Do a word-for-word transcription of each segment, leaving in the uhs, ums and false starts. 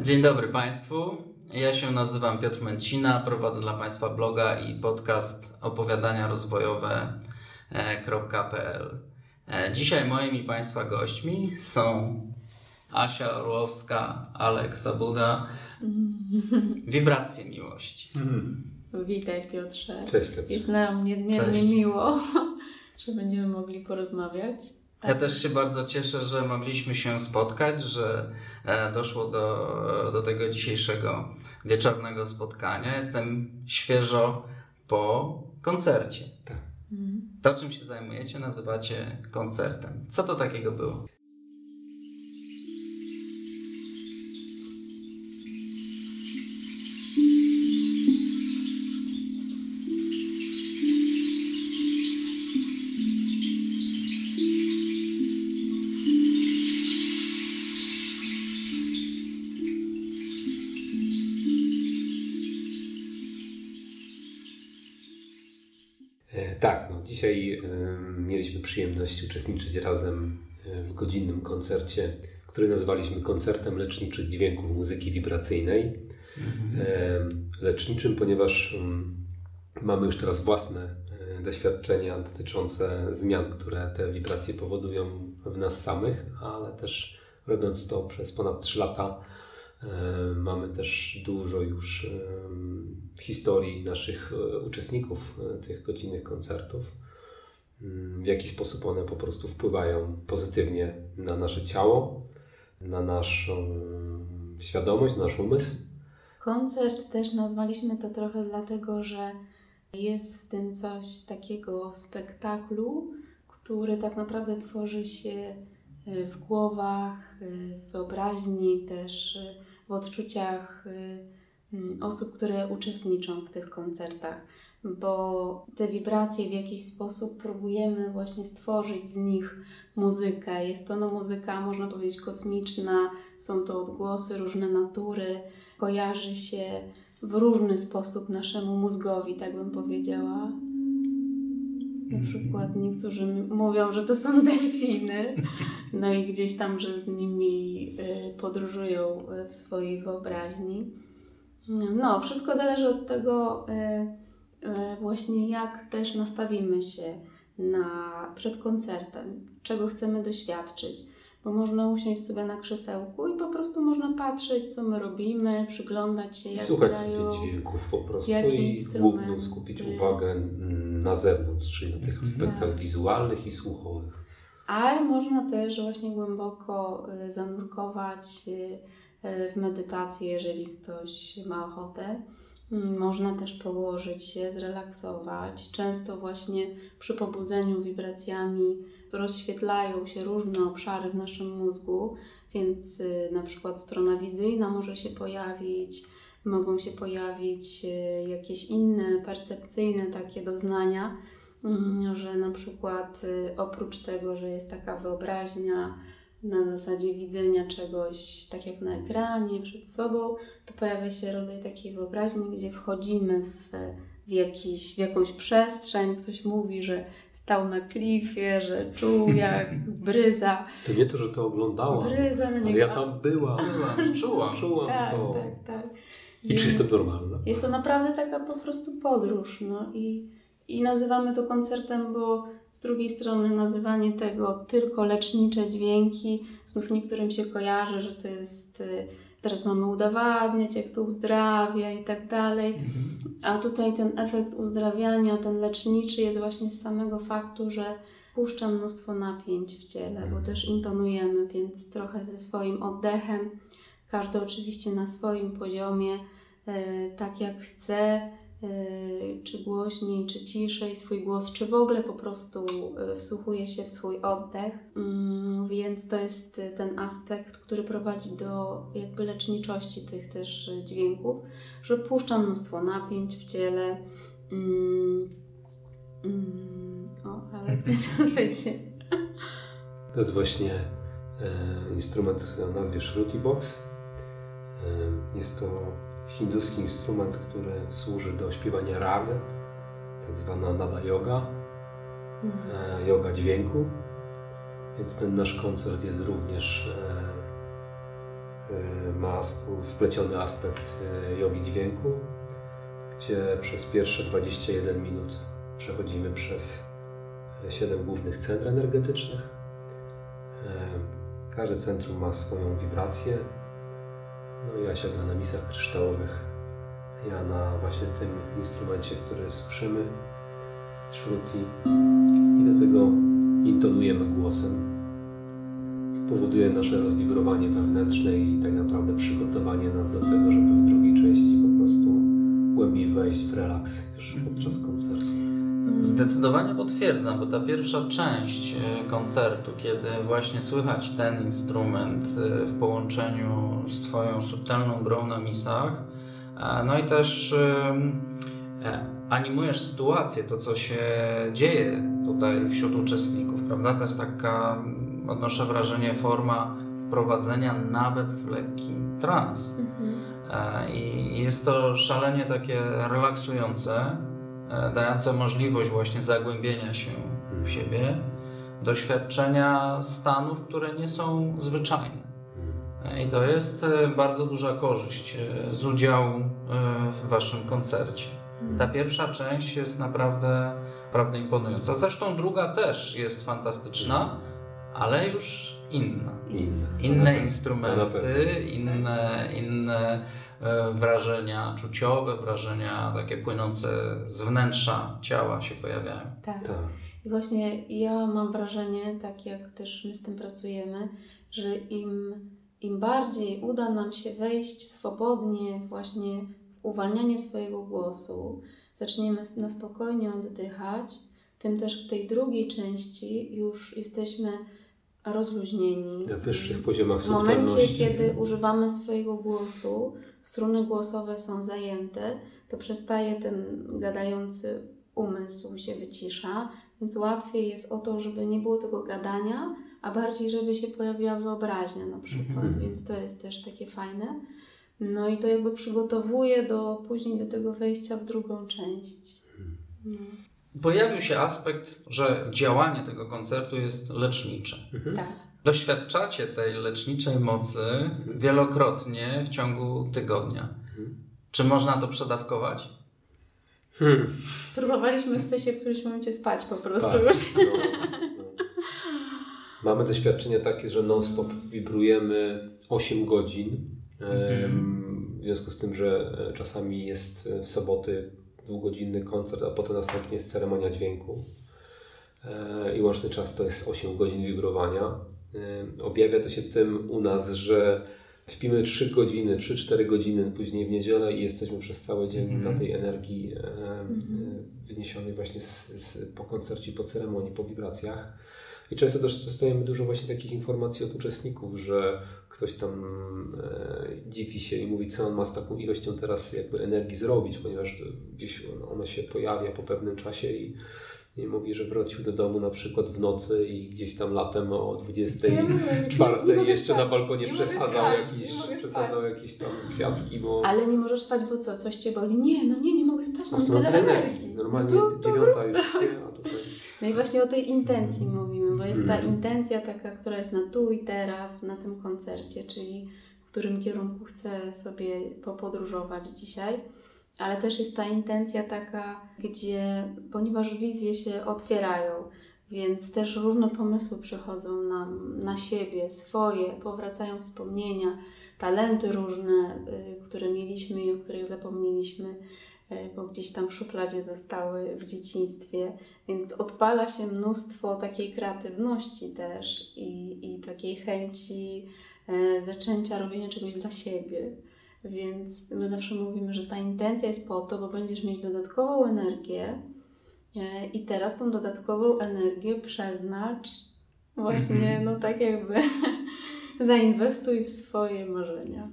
Dzień dobry Państwu. Ja się nazywam Piotr Męcina, prowadzę dla Państwa bloga i podcast opowiadania rozwojowe kropka pe el. Dzisiaj moimi Państwa gośćmi są Asia Orłowska, Alek Sabuda. Wibracje miłości. Mm. Witaj Piotrze. Cześć Piotrze. Jest nam niezmiernie Cześć. miło, że będziemy mogli porozmawiać. Ja też się bardzo cieszę, że mogliśmy się spotkać, że doszło do, do tego dzisiejszego wieczornego spotkania. Jestem świeżo po koncercie. Tak. Mhm. To, czym się zajmujecie, nazywacie koncertem. Co to takiego było? Tak, no dzisiaj y, mieliśmy przyjemność uczestniczyć razem w godzinnym koncercie, który nazwaliśmy koncertem leczniczych dźwięków muzyki wibracyjnej. Mhm. Y, leczniczym, ponieważ y, mamy już teraz własne y, doświadczenia dotyczące zmian, które te wibracje powodują w nas samych, ale też robiąc to przez ponad trzy lata, mamy też dużo już historii naszych uczestników tych godzinnych koncertów, w jaki sposób one po prostu wpływają pozytywnie na nasze ciało, na naszą świadomość, nasz umysł. Koncert też nazwaliśmy to trochę dlatego, że jest w tym coś takiego spektaklu, który tak naprawdę tworzy się w głowach, w wyobraźni, też w odczuciach osób, które uczestniczą w tych koncertach, bo te wibracje w jakiś sposób próbujemy właśnie stworzyć z nich muzykę. Jest to no, muzyka, można powiedzieć, kosmiczna, są to odgłosy różne natury, kojarzy się w różny sposób naszemu mózgowi, tak bym powiedziała. Na przykład niektórzy mówią, że to są delfiny, no i gdzieś tam, że z nimi podróżują w swojej wyobraźni. No, wszystko zależy od tego właśnie, jak też nastawimy się na, przed koncertem, czego chcemy doświadczyć. Bo można usiąść sobie na krzesełku i po prostu można patrzeć, co my robimy, przyglądać się, jak słuchać grają, sobie dźwięków po prostu i głównie skupić uwagę na zewnątrz, czyli na tych aspektach tak. wizualnych i słuchowych. Ale można też właśnie głęboko zanurkować w medytację, jeżeli ktoś ma ochotę. Można też położyć się, zrelaksować. Często właśnie przy pobudzeniu wibracjami rozświetlają się różne obszary w naszym mózgu, więc na przykład strona wizyjna może się pojawić, mogą się pojawić jakieś inne percepcyjne takie doznania, że na przykład oprócz tego, że jest taka wyobraźnia na zasadzie widzenia czegoś tak jak na ekranie przed sobą, to pojawia się rodzaj takiej wyobraźni, gdzie wchodzimy w, w, jakiś, w jakąś przestrzeń. Ktoś mówi, że stał na klifie, że czuł jak bryza. To nie to, że to oglądałam, bryza na niego. ale ja tam byłam. Byłam, czułam. czułam tak, to. Tak, tak. I czy jest to normalne? Jest to naprawdę taka po prostu podróż. No i, i nazywamy to koncertem, bo z drugiej strony nazywanie tego tylko lecznicze dźwięki, znów niektórym się kojarzy, że to jest, teraz mamy udowadniać, jak to uzdrawia i tak dalej. A tutaj ten efekt uzdrawiania, ten leczniczy jest właśnie z samego faktu, że puszcza mnóstwo napięć w ciele, bo też intonujemy, więc trochę ze swoim oddechem, każdy oczywiście na swoim poziomie, tak jak chce, czy głośniej, czy ciszej swój głos, czy w ogóle po prostu wsłuchuje się w swój oddech. Więc to jest ten aspekt, który prowadzi do jakby leczniczości tych też dźwięków, że puszcza mnóstwo napięć w ciele. O, ale też będzie. To jest właśnie e, instrument o nazwie Shruti Box. E, jest to hinduski instrument, który służy do śpiewania rag, tak zwana nada yoga, mhm. e, yoga dźwięku. Więc ten nasz koncert jest również ma wpleciony aspekt jogi dźwięku, gdzie przez pierwsze dwadzieścia jeden minut przechodzimy przez siedem głównych centr energetycznych. Każde centrum ma swoją wibrację. No i Asia gra na misach kryształowych. Ja na właśnie tym instrumencie, który słyszymy, shruti. I do tego intonujemy głosem, co powoduje nasze rozwibrowanie wewnętrzne i tak naprawdę przygotowanie nas do tego, żeby w drugiej części po prostu głębiej wejść w relaks już podczas koncertu. Zdecydowanie potwierdzam, bo ta pierwsza część koncertu, kiedy właśnie słychać ten instrument w połączeniu z Twoją subtelną grą na misach, no i też animujesz sytuację, to co się dzieje tutaj wśród uczestników, prawda? To jest taka, odnoszę wrażenie, forma wprowadzenia nawet w lekki trans. Mhm. I jest to szalenie takie relaksujące, dające możliwość właśnie zagłębienia się w siebie, doświadczenia stanów, które nie są zwyczajne. I to jest bardzo duża korzyść z udziału w Waszym koncercie. Ta pierwsza część jest naprawdę, naprawdę imponująca. Zresztą druga też jest fantastyczna, ale już inna. Inne, inne instrumenty, inne, inne wrażenia czuciowe, wrażenia takie płynące z wnętrza ciała się pojawiają. Tak. tak. I właśnie ja mam wrażenie, tak jak też my z tym pracujemy, że im, im bardziej uda nam się wejść swobodnie właśnie w uwalnianie swojego głosu, zaczniemy na spokojnie oddychać, tym też w tej drugiej części już jesteśmy rozluźnieni. Na wyższych poziomach W momencie, kiedy używamy swojego głosu, struny głosowe są zajęte, to przestaje ten gadający umysł się wycisza, więc łatwiej jest o to, żeby nie było tego gadania, a bardziej, żeby się pojawiła wyobraźnia na przykład, mm-hmm. więc to jest też takie fajne. No i to jakby przygotowuje do, później do tego wejścia w drugą część. No. Pojawił się aspekt, że działanie tego koncertu jest lecznicze. Mhm. Tak. Doświadczacie tej leczniczej mocy wielokrotnie w ciągu tygodnia. Mhm. Czy można to przedawkować? Hmm. Próbowaliśmy, chce się w którymś momencie spać po prostu spać. już. No, no. Mamy doświadczenie takie, że non-stop wibrujemy osiem godzin. Mhm. W związku z tym, że czasami jest w soboty dwugodzinny koncert, a potem następnie jest ceremonia dźwięku i łączny czas to jest osiem godzin wibrowania. Objawia to się tym u nas, że śpimy trzy godziny, trzy cztery godziny później w niedzielę i jesteśmy przez cały dzień mm-hmm. na tej energii mm-hmm. wyniesionej właśnie z, z, po koncercie, po ceremonii, po wibracjach. I często też dostajemy dużo właśnie takich informacji od uczestników, że ktoś tam e, dziwi się i mówi, co on ma z taką ilością teraz jakby energii zrobić, ponieważ gdzieś ona się pojawia po pewnym czasie i, i mówi, że wrócił do domu na przykład w nocy i gdzieś tam latem o dwudziestej czwartej jeszcze spać. Na balkonie przesadzał jakieś, przesadzał jakieś tam kwiatki. Bo... Ale nie możesz spać, bo co? Coś Cię boli? Nie, no nie, nie mogę spać, mam tyle energii. Normalnie no to, to dziewiąta już śpię, a tutaj... No i właśnie o tej intencji mówimy, bo jest ta intencja taka, która jest na tu i teraz, na tym koncercie, czyli w którym kierunku chcę sobie popodróżować dzisiaj. Ale też jest ta intencja taka, gdzie, ponieważ wizje się otwierają, więc też różne pomysły przychodzą nam na siebie, swoje, powracają wspomnienia, talenty różne, y, które mieliśmy i o których zapomnieliśmy, y, bo gdzieś tam w szufladzie zostały w dzieciństwie, więc odpala się mnóstwo takiej kreatywności też i, i takiej chęci y, zaczęcia robienia czegoś dla siebie. Więc my zawsze mówimy, że ta intencja jest po to, bo będziesz mieć dodatkową energię i teraz tą dodatkową energię przeznacz właśnie, no tak jakby zainwestuj w swoje marzenia.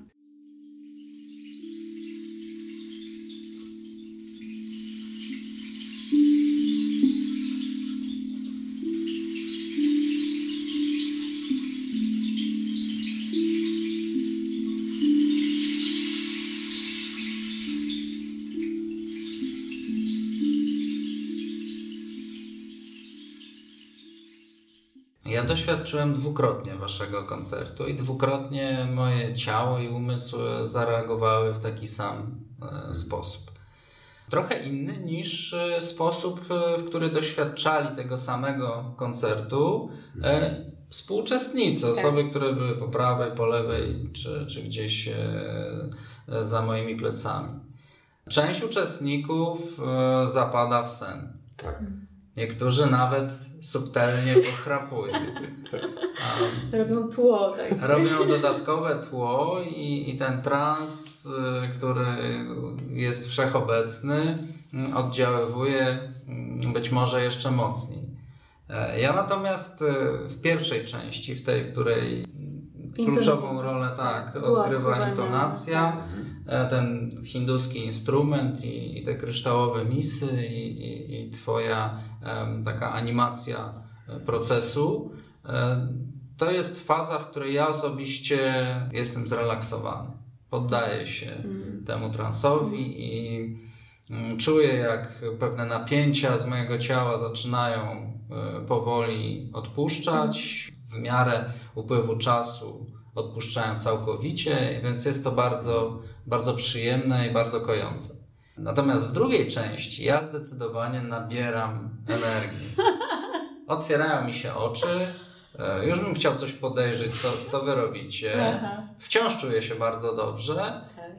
Ja doświadczyłem dwukrotnie waszego koncertu i dwukrotnie moje ciało i umysł zareagowały w taki sam e, sposób. Trochę inny niż e, sposób, e, w który doświadczali tego samego koncertu e, współuczestnicy, osoby, które były po prawej, po lewej czy, czy gdzieś e, e, za moimi plecami. Część uczestników e, zapada w sen. Tak. Niektórzy nawet subtelnie pochrapują. Um, robią tło, tak? Robią dodatkowe tło i, i ten trans, który jest wszechobecny, oddziaływuje być może jeszcze mocniej. Ja natomiast w pierwszej części, w tej, w której kluczową rolę tak, odgrywa intonacja, ten hinduski instrument i, i te kryształowe misy i, i, i twoja um, taka animacja procesu. Um, to jest faza, w której ja osobiście jestem zrelaksowany. Poddaję się mm. temu transowi i um, czuję, jak pewne napięcia z mojego ciała zaczynają um, powoli odpuszczać. W miarę upływu czasu odpuszczają całkowicie, więc jest to bardzo, bardzo przyjemne i bardzo kojące. Natomiast w drugiej części ja zdecydowanie nabieram energii. Otwierają mi się oczy, już bym chciał coś podejrzeć, co, co wy robicie. Aha. Wciąż czuję się bardzo dobrze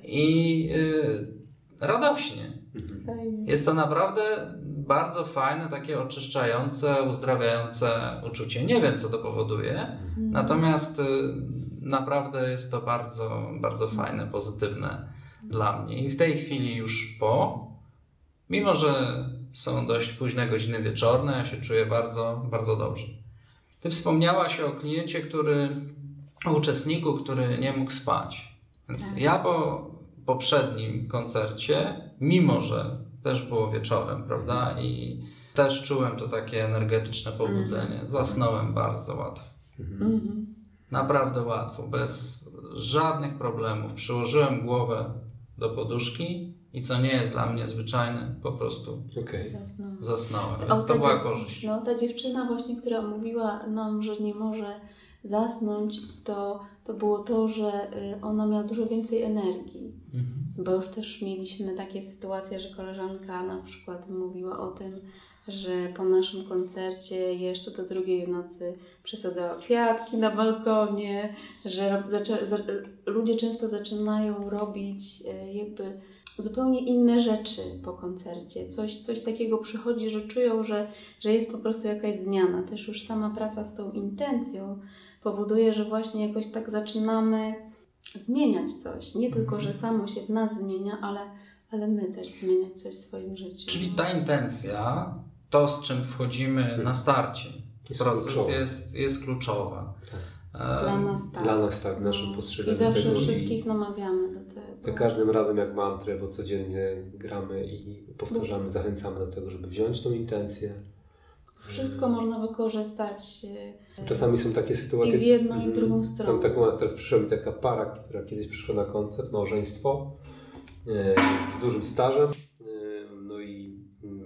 i yy, radośnie. Mhm. Jest to naprawdę bardzo fajne, takie oczyszczające, uzdrawiające uczucie. Nie wiem, co to powoduje, mhm. natomiast y, naprawdę jest to bardzo, bardzo fajne, pozytywne dla mnie. I w tej chwili już po, mimo że są dość późne godziny wieczorne, ja się czuję bardzo, bardzo dobrze. Ty wspomniałaś o kliencie, który, o uczestniku, który nie mógł spać. Więc tak. ja po poprzednim koncercie, mimo że też było wieczorem, prawda, i też czułem to takie energetyczne pobudzenie. Zasnąłem bardzo łatwo. Mhm. Naprawdę łatwo, bez żadnych problemów. Przyłożyłem głowę do poduszki i co nie jest dla mnie zwyczajne, po prostu okay. zasnąłem. zasnąłem. Więc to była korzyść. No, ta dziewczyna właśnie, która mówiła nam, że nie może zasnąć, to, to było to, że ona miała dużo więcej energii. Mhm. Bo już też mieliśmy takie sytuacje, że koleżanka na przykład mówiła o tym, że po naszym koncercie jeszcze do drugiej w nocy przesadzała kwiatki na balkonie, że zaczę- za- ludzie często zaczynają robić jakby zupełnie inne rzeczy po koncercie. Coś, coś takiego przychodzi, że czują, że, że jest po prostu jakaś zmiana. Też już sama praca z tą intencją powoduje, że właśnie jakoś tak zaczynamy zmieniać coś. Nie tylko, że samo się w nas zmienia, ale, ale my też zmieniać coś w swoim życiu. Czyli ta intencja, to z czym wchodzimy na starcie, jest proces kluczowa. Jest, jest kluczowa. Tak. Dla nas tak. Dla nas tak, w naszym no. postrzeganiu I zawsze tego. wszystkich namawiamy do tego. Za każdym razem jak mantrę, bo codziennie gramy i powtarzamy, zachęcamy do tego, żeby wziąć tą intencję. Wszystko hmm. można wykorzystać. Czasami są takie sytuacje. I w jedną, i w drugą stronę. Taką, teraz przyszła mi taka para, która kiedyś przyszła na koncert, małżeństwo e, z dużym stażem. E, no i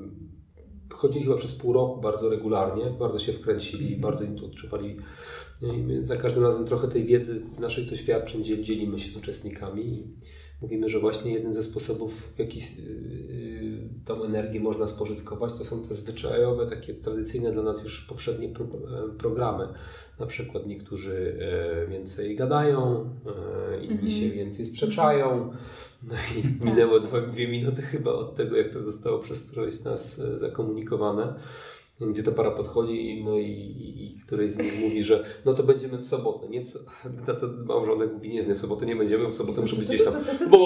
e, chodzili chyba przez pół roku bardzo regularnie, bardzo się wkręcili, bardzo im to odczuwali. I my za każdym razem trochę tej wiedzy, z naszych doświadczeń dzielimy się z uczestnikami i mówimy, że właśnie jeden ze sposobów, w jaki yy, tą energię można spożytkować, to są te zwyczajowe, takie tradycyjne dla nas już powszednie pro, programy. Na przykład niektórzy e, więcej gadają, e, inni mm-hmm. się więcej sprzeczają. No i minęło dwa, dwie minuty chyba od tego, jak to zostało przez któregoś z nas e, zakomunikowane. Gdzie ta para podchodzi no i, i, i któryś z nich mówi, że no to będziemy w sobotę. Nie w so... Na co małżonek mówi, nie, w sobotę nie będziemy, w sobotę muszę być gdzieś tam.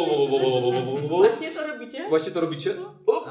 Właśnie to robicie? Właśnie to robicie? O,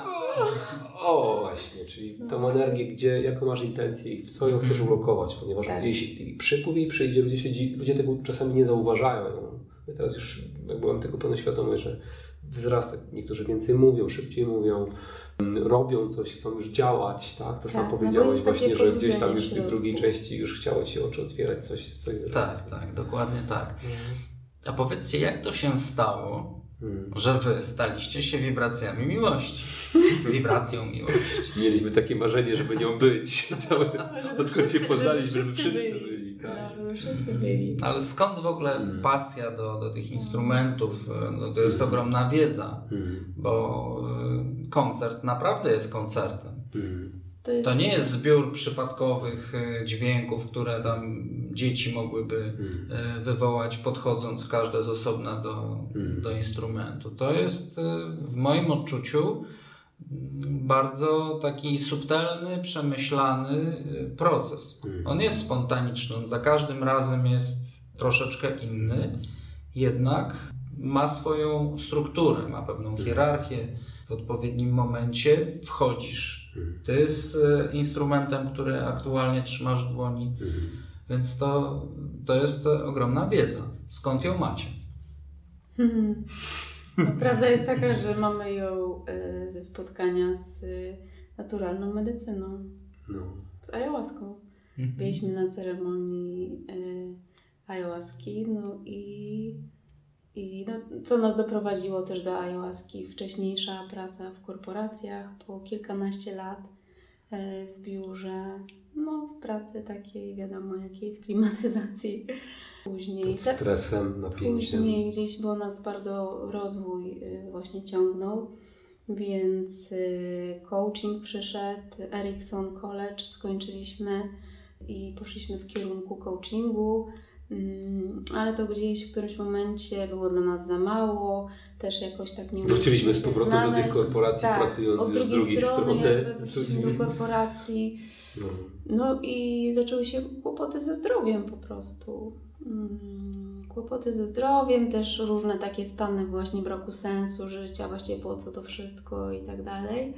o właśnie, czyli tą energię, gdzie, jaką masz intencję i w co ją chcesz ulokować, ponieważ tak. jeśli przypływ jej przyjdzie, ludzie, się, ludzie tego czasami nie zauważają. Ja teraz już jakby mam tego pełną świadomość, że wzrasta. Niektórzy więcej mówią, szybciej mówią, robią coś, chcą już działać, tak? To tak, sam powiedziałeś no właśnie, że gdzieś tam już w tej drugiej części już chciało Ci oczy otwierać, coś, coś zrobić. Tak, tak, dokładnie tak. A powiedzcie, jak to się stało, Hmm. że wy staliście się wibracjami miłości. Wibracją miłości. Mieliśmy takie marzenie, żeby nią być. Całe, odkąd się poznaliśmy, żeby wszyscy, wszyscy byli. byli tak. No, żeby wszyscy byli. Ale skąd w ogóle Hmm. pasja do, do tych instrumentów? No, to jest hmm. ogromna wiedza, Hmm. bo koncert naprawdę jest koncertem. Hmm. To, jest... to nie jest zbiór przypadkowych dźwięków, które tam dzieci mogłyby hmm. wywołać, podchodząc każde z osobna do, hmm. do instrumentu. To jest w moim odczuciu bardzo taki subtelny, przemyślany proces. Hmm. On jest spontaniczny, on za każdym razem jest troszeczkę inny, jednak ma swoją strukturę, ma pewną hierarchię. W odpowiednim momencie wchodzisz. Ty z instrumentem, który aktualnie trzymasz w dłoni, hmm. więc to, to jest ogromna wiedza. Skąd ją macie? Hmm. No, prawda jest taka, że mamy ją ze spotkania z naturalną medycyną, no. z ayahuaską. Mhm. Byliśmy na ceremonii ayahuaski, no i, i no, co nas doprowadziło też do ayahuaski? Wcześniejsza praca w korporacjach, po kilkanaście lat w biurze, no w pracy takiej, wiadomo jakiej, w klimatyzacji. Później, pod stresem, napięciem. Później gdzieś, bo nas bardzo rozwój właśnie ciągnął, więc coaching przyszedł, Ericsson College skończyliśmy i poszliśmy w kierunku coachingu, ale to gdzieś w którymś momencie było dla nas za mało, też jakoś tak nie wróciliśmy z powrotem znaleźć. do tych korporacji, tak, pracując od już z drugiej strony. strony. Wróciliśmy do korporacji. No. no i zaczęły się kłopoty ze zdrowiem po prostu. Hmm, kłopoty ze zdrowiem, też różne takie stany właśnie braku sensu życia, właściwie po co to wszystko i tak dalej.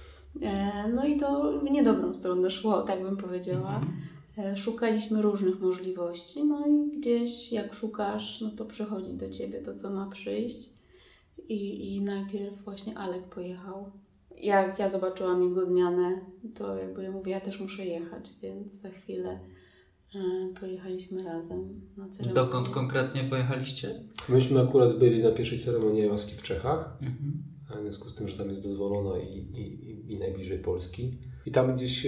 E, no i to w niedobrą stronę szło, tak bym powiedziała. E, szukaliśmy różnych możliwości, no i gdzieś jak szukasz, no to przychodzi do Ciebie to, co ma przyjść. I, i najpierw właśnie Alek pojechał. Jak ja zobaczyłam jego zmianę, to jakby ja mówię, ja też muszę jechać, więc za chwilę pojechaliśmy razem na ceremonię. Dokąd konkretnie pojechaliście? Myśmy akurat byli na pierwszej ceremonii ayahuaski w Czechach, mhm. w związku z tym, że tam jest dozwolona i, i, i najbliżej Polski. I tam gdzieś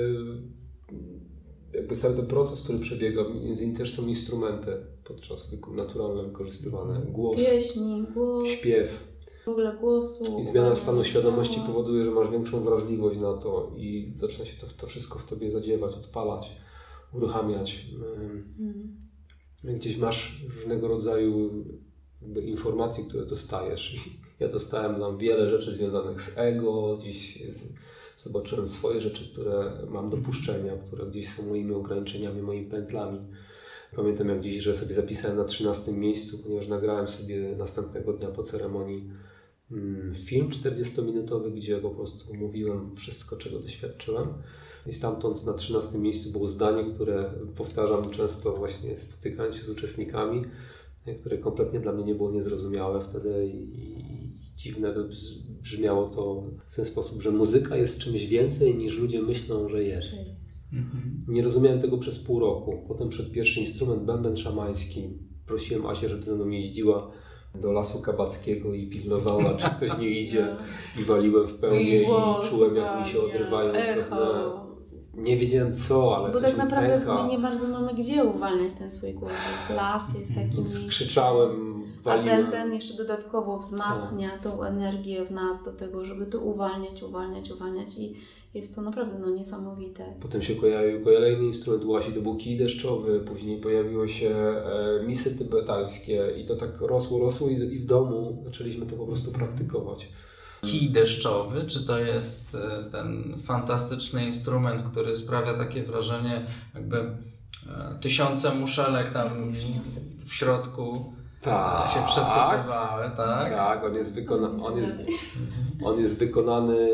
jakby cały ten proces, który przebiega, między innymi też są instrumenty podczas naturalnie wykorzystywane. Głos, pieśni, głos, śpiew. W ogóle głosu. I zmiana stanu świadomości powoduje, że masz większą wrażliwość na to i zaczyna się to, to wszystko w Tobie zadziewać, odpalać, uruchamiać. Hmm. Gdzieś masz różnego rodzaju jakby informacje, które dostajesz. Ja dostałem tam wiele rzeczy związanych z ego, gdzieś z, zobaczyłem swoje rzeczy, które mam do puszczenia, które gdzieś są moimi ograniczeniami, moimi pętlami. Pamiętam jak dziś, że sobie zapisałem na trzynastym miejscu, ponieważ nagrałem sobie następnego dnia po ceremonii film czterdziestominutowy, gdzie po prostu mówiłem wszystko, czego doświadczyłem. I stamtąd na trzynastym miejscu było zdanie, które powtarzam często właśnie spotykając się z uczestnikami, które kompletnie dla mnie nie było niezrozumiałe wtedy i, i dziwne to brzmiało to w ten sposób, że muzyka jest czymś więcej niż ludzie myślą, że jest. Mhm. Nie rozumiałem tego przez pół roku. Potem przed pierwszy instrument, bęben szamański. Prosiłem Asię, żeby ze mną jeździła do Lasu Kabackiego i pilnowała, czy ktoś nie idzie. No. I waliłem w pełni i, i czułem, jak mi się odrywają pewne... Nie wiedziałem co, ale bo coś tak naprawdę pęka. my nie bardzo mamy gdzie uwalniać ten swój głos, więc las jest takim skrzyczałem, waliłem. A bęben jeszcze dodatkowo wzmacnia tak. tą energię w nas do tego, żeby to uwalniać, uwalniać, uwalniać i jest to naprawdę no, niesamowite. Potem się pojawił kolejny instrument u Asi, to był kij deszczowy, później pojawiły się e, misy tybetańskie i to tak rosło, rosło i, i w domu zaczęliśmy to po prostu praktykować. Kij deszczowy, czy to jest ten fantastyczny instrument, który sprawia takie wrażenie, jakby tysiące muszelek tam w środku tak, się przesypywały, tak? Tak, on jest, wykona- on jest, on jest wykonany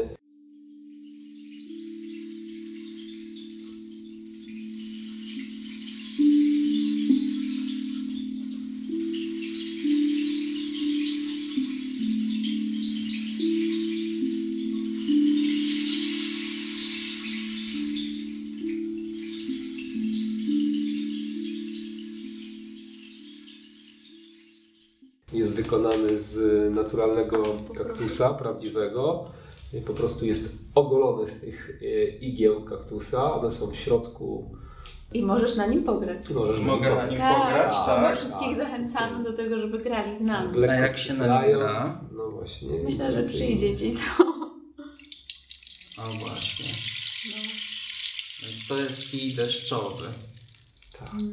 wykonany z naturalnego kaktusa prawdziwego. Po prostu jest ogolony z tych igieł kaktusa. One są w środku. I możesz na nim pograć. Możesz Mogę na nim tak, pograć, tak? My wszystkich tak, zachęcamy super. do tego, żeby grali z nami. A jak się na nim gra? No właśnie. Myślę, że przyjdzie Ci to. O właśnie. No. Więc to jest kij deszczowy. Tak. Mm.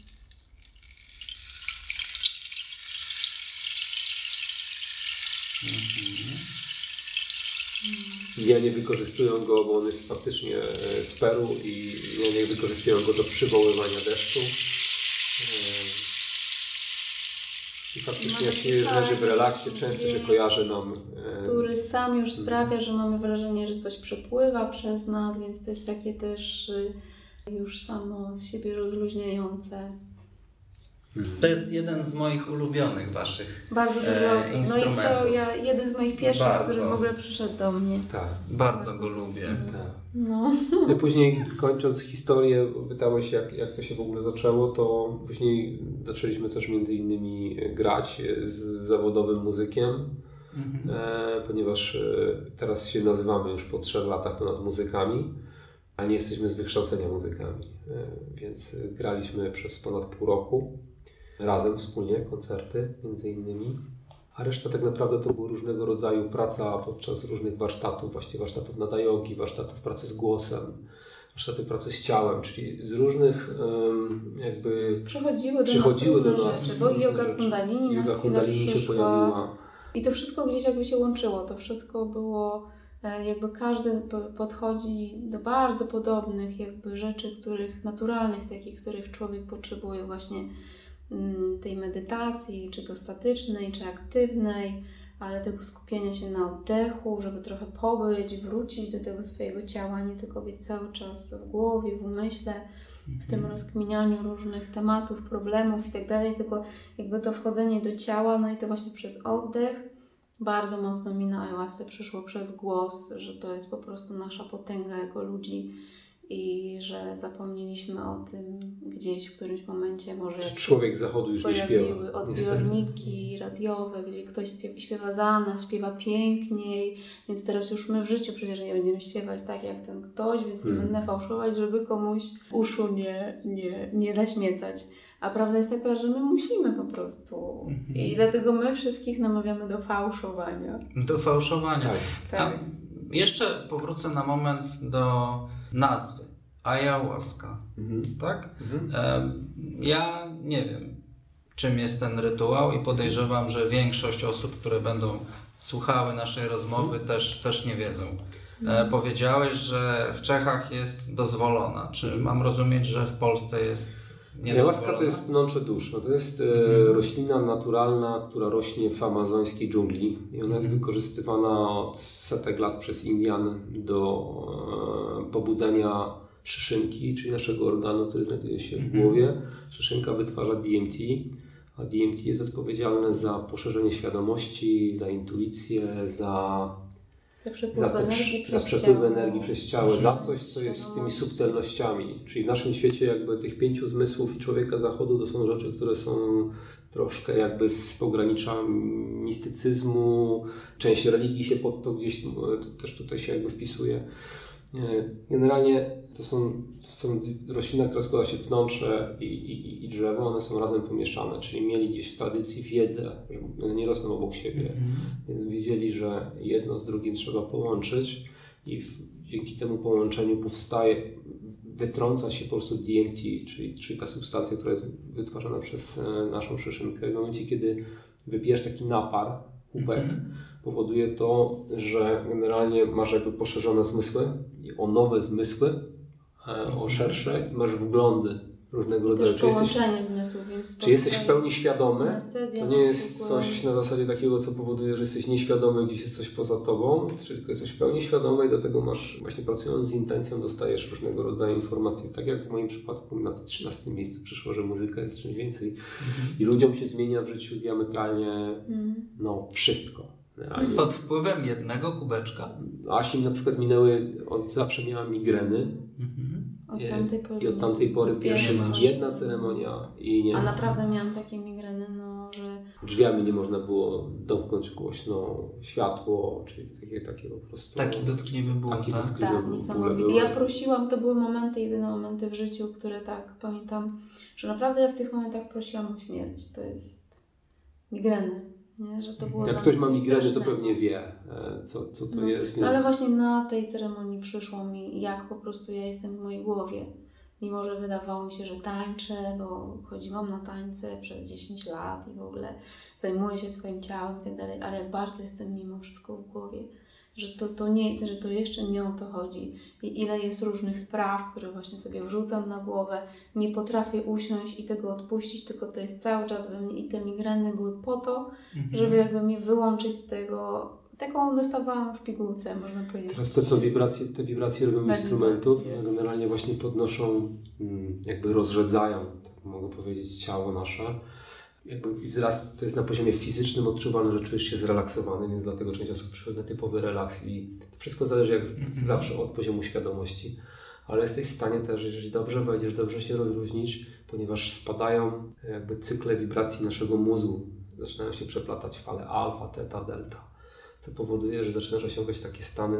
Mhm. Indianie wykorzystują go, bo on jest faktycznie z Peru i Indianie wykorzystują go do przywoływania deszczu. I faktycznie jak się leży w relaksie, często się kojarzy nam... Który sam już sprawia, że mamy wrażenie, że coś przepływa przez nas, więc to jest takie też już samo z siebie rozluźniające. To jest jeden z moich ulubionych waszych Bardzo dużo e, instrumentów. No i to ja, jeden z moich pierwszych, Bardzo. który w ogóle przyszedł do mnie. Tak. Bardzo, Bardzo go lubię. Tak. No. Ja później kończąc historię, pytałeś jak, jak to się w ogóle zaczęło, to później zaczęliśmy też między innymi grać z zawodowym muzykiem, mhm. e, ponieważ teraz się nazywamy już po trzech latach ponad muzykami, a nie jesteśmy z wykształcenia muzykami, e, więc graliśmy przez ponad pół roku. Razem, wspólnie, koncerty między innymi, a reszta tak naprawdę to była różnego rodzaju praca podczas różnych warsztatów, właśnie warsztatów nada jogi, warsztatów pracy z głosem, warsztaty pracy z ciałem, czyli z różnych um, jakby przychodziły do przychodziły nas, do nas rzeczy, bo yoga kundalini, yoga kundalini się pojawiła. I to wszystko gdzieś jakby się łączyło, to wszystko było, jakby każdy podchodzi do bardzo podobnych jakby rzeczy, których naturalnych, takich, których człowiek potrzebuje właśnie tej medytacji, czy to statycznej, czy aktywnej, ale tego skupienia się na oddechu, żeby trochę pobyć, wrócić do tego swojego ciała, nie tylko być cały czas w głowie, w umyśle, w tym rozkminianiu różnych tematów, problemów i tak dalej, tylko jakby to wchodzenie do ciała, no i to właśnie przez oddech. Bardzo mocno mi na ayahuasce przyszło przez głos, że to jest po prostu nasza potęga jako ludzi i że zapomnieliśmy o tym gdzieś w którymś momencie. Może człowiek z zachodu już nie śpiewa. Odbiorniki niestety. radiowe, gdzie ktoś śpiewa za nas, śpiewa piękniej, więc teraz już my w życiu przecież nie będziemy śpiewać tak jak ten ktoś, więc nie hmm. będę fałszować, żeby komuś uszu nie, nie, nie zaśmiecać. A prawda jest taka, że my musimy po prostu. Mhm. I dlatego my wszystkich namawiamy do fałszowania. Do fałszowania. Tak. tak. A jeszcze powrócę na moment do nazwy. Ayahuasca. Mhm. Tak? Mhm. Ja nie wiem, czym jest ten rytuał i podejrzewam, że większość osób, które będą słuchały naszej rozmowy mhm. też, też nie wiedzą. Mhm. Powiedziałeś, że w Czechach jest dozwolona. Czy mam rozumieć, że w Polsce jest Ayahuasca to jest pnącze dusz. No to jest mhm. roślina naturalna, która rośnie w amazońskiej dżungli i ona jest mhm. wykorzystywana od setek lat przez Indian do pobudzania szyszynki, czyli naszego organu, który znajduje się w głowie. Szyszynka wytwarza D M T, a D M T jest odpowiedzialne za poszerzenie świadomości, za intuicję, za za, te, za przepływ energii przez ciało, za coś, co jest z tymi subtelnościami. Czyli w naszym świecie jakby tych pięciu zmysłów i człowieka zachodu to są rzeczy, które są troszkę jakby z pogranicza mistycyzmu, część religii się pod to gdzieś to też tutaj się jakby wpisuje. Generalnie to są, to są roślina, która składa się pnącze i, i, i drzewo, one są razem pomieszane, czyli mieli gdzieś w tradycji wiedzę, że one nie rosną obok siebie, mm-hmm. więc wiedzieli, że jedno z drugim trzeba połączyć i w, dzięki temu połączeniu powstaje, wytrąca się po prostu D M T, czyli, czyli ta substancja, która jest wytwarzana przez naszą szyszynkę. W momencie, kiedy wypijesz taki napar, kubek, mm-hmm. powoduje to, że generalnie masz jakby poszerzone zmysły, o nowe zmysły, o szersze i masz wglądy różnego rodzaju. Czy jesteś, zmysłów, więc czy jesteś w pełni świadomy? To nie jest coś na zasadzie takiego, co powoduje, że jesteś nieświadomy, gdzieś jest coś poza tobą, tylko jesteś w pełni świadomy i do tego masz, właśnie pracując z intencją, dostajesz różnego rodzaju informacje. Tak jak w moim przypadku na to trzynastym miejscu przyszło, że muzyka jest czymś więcej mhm. i ludziom się zmienia w życiu diametralnie mhm. no wszystko. Realnie. Pod wpływem jednego kubeczka? Asi na przykład minęły, on zawsze miała migreny mhm. od tamtej pory, i od tamtej pory pierwsza jedna ceremonia i nie. A naprawdę miałam takie migreny, no, że drzwiami nie można było domknąć głośno światło, czyli takie, takie po prostu... Taki dotkliwy ból, taki tak? dotkliwy Tak, ból niesamowite. były. Ja prosiłam, to były momenty, jedyne momenty w życiu, które tak pamiętam, że naprawdę ja w tych momentach prosiłam o śmierć. To jest migreny, nie? Że to było Jak dla ktoś mnie ma coś migreny, to strasznego. pewnie wie, co, co to No, jest. no ale więc- właśnie na tej ceremonii przyszło mi, jak po prostu ja jestem w mojej głowie. Mimo, że wydawało mi się, że tańczę, bo chodziłam na tańce przez dziesięć lat i w ogóle zajmuję się swoim ciałem i tak dalej, ale jak bardzo jestem mimo wszystko w głowie, że to, to nie, że to jeszcze nie o to chodzi. I ile jest różnych spraw, które właśnie sobie wrzucam na głowę, nie potrafię usiąść i tego odpuścić, tylko to jest cały czas we mnie i te migreny były po to, Mhm. żeby jakby mnie wyłączyć z tego. Taką dostawałam w pigułce, można powiedzieć. Teraz te, co wibracje, te wibracje robią Wibracje. instrumentów, generalnie właśnie podnoszą, mm, jakby rozrzedzają, tak mogę powiedzieć, ciało nasze. Jakby wzrast, to jest na poziomie fizycznym odczuwalne, że czujesz się zrelaksowany, więc dlatego część osób przychodzi na typowy relaks i to wszystko zależy jak Mhm. zawsze od poziomu świadomości. Ale jesteś w stanie też, jeżeli dobrze wejdziesz, dobrze się rozluźnisz, ponieważ spadają jakby cykle wibracji naszego mózgu. Zaczynają się przeplatać fale alfa, teta, delta, co powoduje, że zaczynasz osiągać takie stany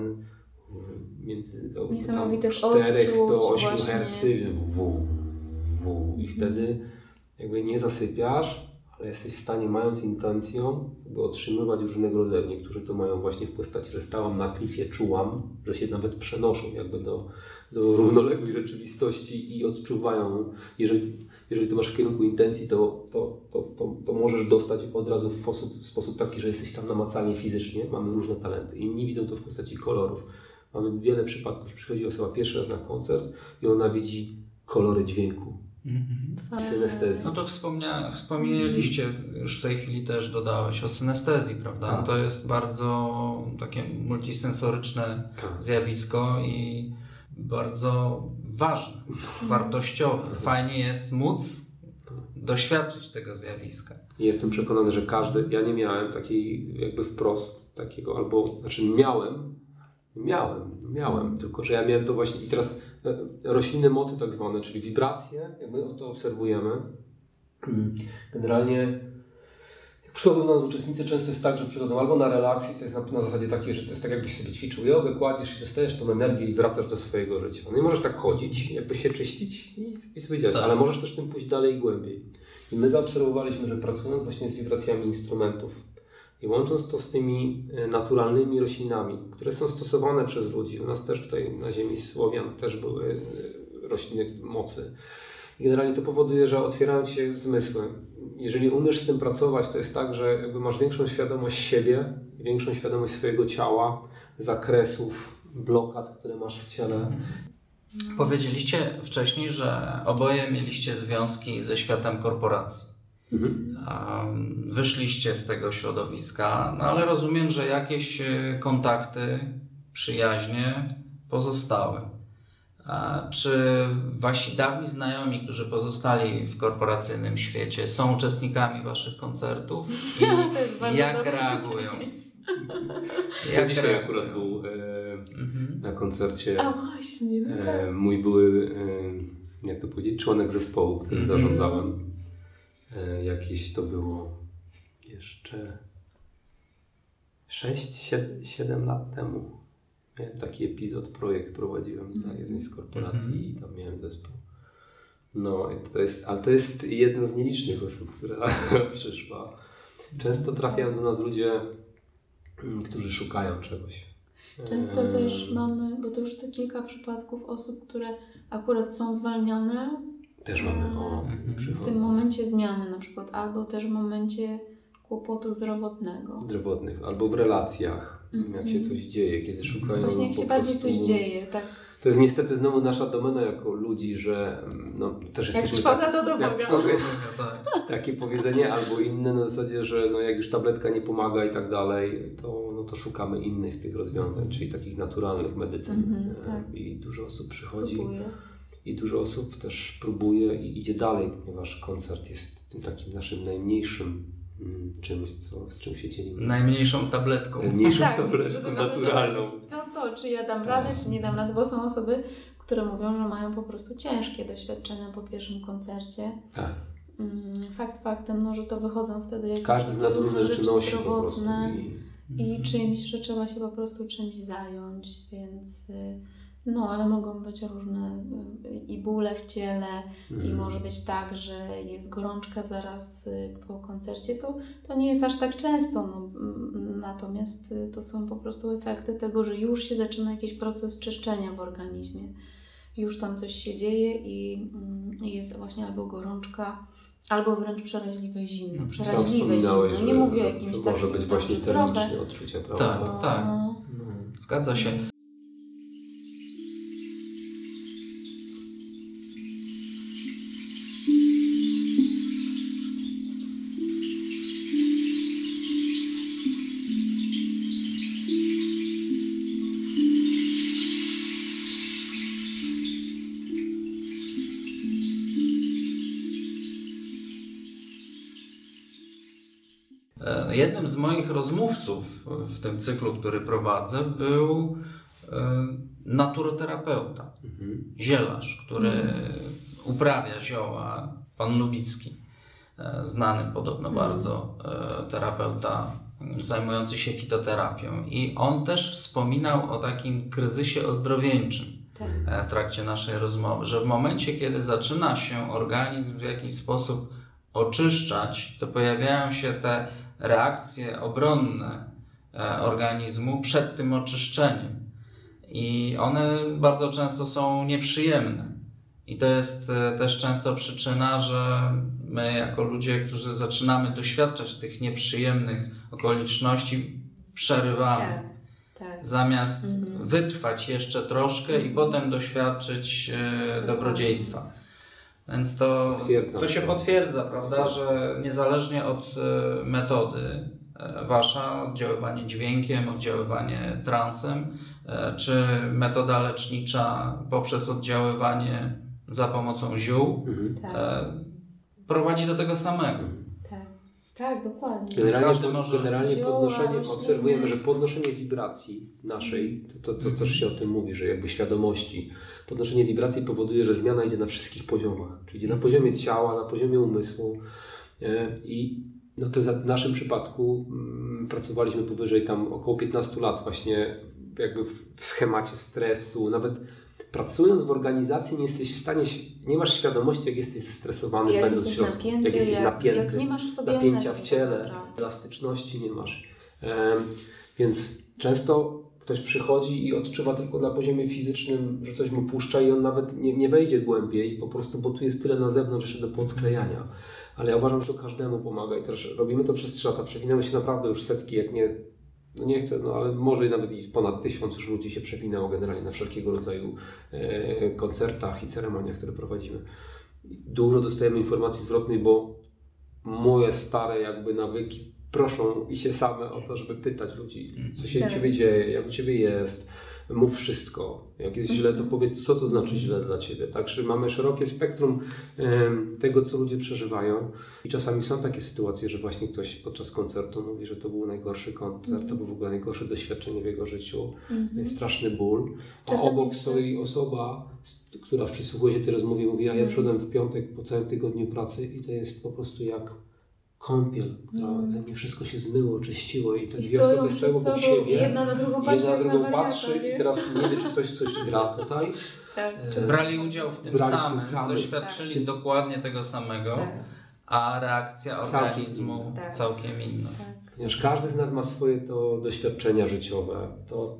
między Niesamowitych czterech do odczuć ośmiu właśnie. herców w, w, i wtedy jakby nie zasypiasz, ale jesteś w stanie, mając intencją, jakby otrzymywać różnego rodzaju. Niektórzy to mają właśnie w postaci, że stałam na klifie, czułam, że się nawet przenoszą jakby do, do równoległej rzeczywistości i odczuwają. Jeżeli, jeżeli ty masz w kierunku intencji, to, to, to, to, to możesz dostać od razu w sposób, w sposób taki, że jesteś tam namacalnie fizycznie. Mamy różne talenty. Inni widzą to w postaci kolorów. Mamy wiele przypadków, przychodzi osoba pierwszy raz na koncert i ona widzi kolory dźwięku. Mhm. Synestezji. No to wspomnia, wspomnieliście, już w tej chwili też dodałeś o synestezji, prawda? Tak. To jest bardzo takie multisensoryczne Tak. zjawisko i bardzo ważne, wartościowe. Fajnie jest móc doświadczyć tego zjawiska. I jestem przekonany, że każdy, ja nie miałem takiej jakby wprost takiego, albo, znaczy miałem, miałem, miałem, tylko że ja miałem to właśnie i teraz e, roślinne mocy tak zwane, czyli wibracje, jak my to obserwujemy, generalnie jak przychodzą do nas uczestnicy, często jest tak, że przychodzą albo na relaks i to jest na, na zasadzie takiej, że to jest tak jakbyś sobie ćwiczył jogę, kładziesz i dostajesz tą energię i wracasz do swojego życia. No i możesz tak chodzić, jakby się czyścić i, i sobie działać, Tak. ale możesz też tym pójść dalej i głębiej. I my zaobserwowaliśmy, że pracując właśnie z wibracjami instrumentów i łącząc to z tymi naturalnymi roślinami, które są stosowane przez ludzi, u nas też tutaj na ziemi Słowian też były rośliny mocy. I generalnie to powoduje, że otwierają się zmysły. Jeżeli umiesz z tym pracować, to jest tak, że jakby masz większą świadomość siebie, większą świadomość swojego ciała, zakresów, blokad, które masz w ciele. Powiedzieliście wcześniej, że oboje mieliście związki ze światem korporacji. Mhm. Um, Wyszliście z tego środowiska, no ale rozumiem, że jakieś e, kontakty, przyjaźnie pozostały. A czy wasi dawni znajomi, którzy pozostali w korporacyjnym świecie, są uczestnikami waszych koncertów i To jest bardzo jak dobre reagują? Ja dzisiaj reagują? akurat był e, Mhm. na koncercie A właśnie, no tak. e, mój były, e, jak to powiedzieć, członek zespołu, którym Mhm. zarządzałem. E, jakieś to było jeszcze sześć siedem lat temu. Miałem taki epizod, projekt prowadziłem dla jednej z korporacji Mhm. i tam miałem zespół. No, i to jest, ale to jest jedna z nielicznych osób, która przyszła. Często trafiają do nas ludzie, którzy szukają czegoś. Często Eee, też mamy, bo to już to kilka przypadków osób, które akurat są zwalniane Też mamy, o, Mhm. w przychodzą. tym momencie zmiany na przykład, albo też w momencie kłopotu zdrowotnego. Zdrowotnych, albo w relacjach, Mhm. jak się coś dzieje, kiedy szukają Właśnie jak po się bardziej prostu... coś dzieje, tak. To jest niestety znowu nasza domena jako ludzi, że no, też Jak jesteśmy trwoga, tak, to do jak Boga. trwoga, Tak. takie powiedzenie, albo inne na zasadzie, że no, jak już tabletka nie pomaga i tak dalej, to, no, to szukamy innych tych rozwiązań, czyli takich naturalnych medycyn. Mhm, E, tak. I dużo osób przychodzi Próbuję. i dużo osób też próbuje i idzie dalej, ponieważ koncert jest tym takim naszym najmniejszym mm, czymś, co, z czym się dzielimy. Najmniejszą tabletką. Najmniejszą Tak, tabletką żeby naturalną. zobaczyć, co to, czy ja dam radę, czy nie dam rady, bo są osoby, które mówią, że mają po prostu ciężkie doświadczenia po pierwszym koncercie. Tak. fakt faktem, no, że to wychodzą wtedy jakieś każdy z nas różne rzeczy nosi po prostu. I... i czymś, że trzeba się po prostu czymś zająć, więc no, ale mogą być różne i bóle w ciele mm. i może być tak, że jest gorączka zaraz po koncercie, to, to nie jest aż tak często, no, natomiast to są po prostu efekty tego, że już się zaczyna jakiś proces czyszczenia w organizmie, już tam coś się dzieje i, i jest właśnie albo gorączka, albo wręcz przeraźliwe zimno. Przeraźliwe zimno. Nie że, mówię o że, jakimś że takim. może być właśnie termiczne odczucia, prawda? Tak, tak. No. Zgadza się. Jednym z moich rozmówców w tym cyklu, który prowadzę, był naturoterapeuta, mhm. zielarz, który mhm. uprawia zioła, pan Lubicki, znany podobno mhm. bardzo terapeuta zajmujący się fitoterapią. I on też wspominał o takim kryzysie ozdrowieńczym tak. w trakcie naszej rozmowy, że w momencie, kiedy zaczyna się organizm w jakiś sposób oczyszczać, to pojawiają się te reakcje obronne organizmu przed tym oczyszczeniem. I one bardzo często są nieprzyjemne. I to jest też często przyczyna, że my jako ludzie, którzy zaczynamy doświadczać tych nieprzyjemnych okoliczności, przerywamy. Tak, tak. Zamiast mhm. wytrwać jeszcze troszkę i potem doświadczyć e, dobrodziejstwa. Więc to, to się potwierdza, prawda, że niezależnie od e, metody e, wasza, oddziaływanie dźwiękiem, oddziaływanie transem, e, czy metoda lecznicza poprzez oddziaływanie za pomocą ziół, mhm. e, prowadzi do tego samego. Tak, tak, dokładnie. Generalnie, pod, może... generalnie podnoszenie, obserwujemy, że podnoszenie wibracji naszej, to, to, to mhm. też się o tym mówi, że jakby świadomości, podnoszenie wibracji powoduje, że zmiana idzie na wszystkich poziomach, czyli idzie na poziomie ciała, na poziomie umysłu e, i no to w naszym przypadku mm, pracowaliśmy powyżej tam około piętnaście lat właśnie jakby w, w schemacie stresu, nawet pracując w organizacji nie jesteś w stanie, nie masz świadomości, jak jesteś zestresowany, jak jesteś napięty, jak jesteś jak, napięty, jak nie masz w sobie napięcia w ciele, elastyczności nie masz. Um, więc często ktoś przychodzi i odczuwa tylko na poziomie fizycznym, że coś mu puszcza i on nawet nie, nie wejdzie głębiej, po prostu, bo tu jest tyle na zewnątrz jeszcze do podklejania. Ale ja uważam, że to każdemu pomaga i też robimy to przez trzy lata. Przewinęły się naprawdę już setki, jak nie, no nie chcę, no ale może nawet i ponad tysiąc już ludzi się przewinęło generalnie na wszelkiego rodzaju e, koncertach i ceremoniach, które prowadzimy. Dużo dostajemy informacji zwrotnej, bo moje stare jakby nawyki proszą i się same o to, żeby pytać ludzi, co się u Ciebie dzieje, jak u Ciebie jest, mów wszystko. Jak jest źle, to powiedz, co to znaczy źle dla Ciebie. Także mamy szerokie spektrum um, tego, co ludzie przeżywają. I czasami są takie sytuacje, że właśnie ktoś podczas koncertu mówi, że to był najgorszy koncert, mm-hmm. to było w ogóle najgorsze doświadczenie w jego życiu. Mm-hmm. Straszny ból. A czasami obok stoi osoba, która przysłuchuje się tej rozmowie, mówi, a ja przyszedłem w piątek po całym tygodniu pracy i to jest po prostu jak kąpiel, która mm. ze mnie wszystko się zmyło, czyściło i te dwie osoby stoją obok siebie, jedna na drugą patrzy, jedna na drugą patrzy i teraz nie wie, czy ktoś coś gra tutaj. Tak. E, Brali udział w tym Brali samym, w tym samym, doświadczyli tak. dokładnie tego samego, tak. a reakcja organizmu całkiem, tak. całkiem inna. Tak. Ponieważ każdy z nas ma swoje to doświadczenia życiowe, to,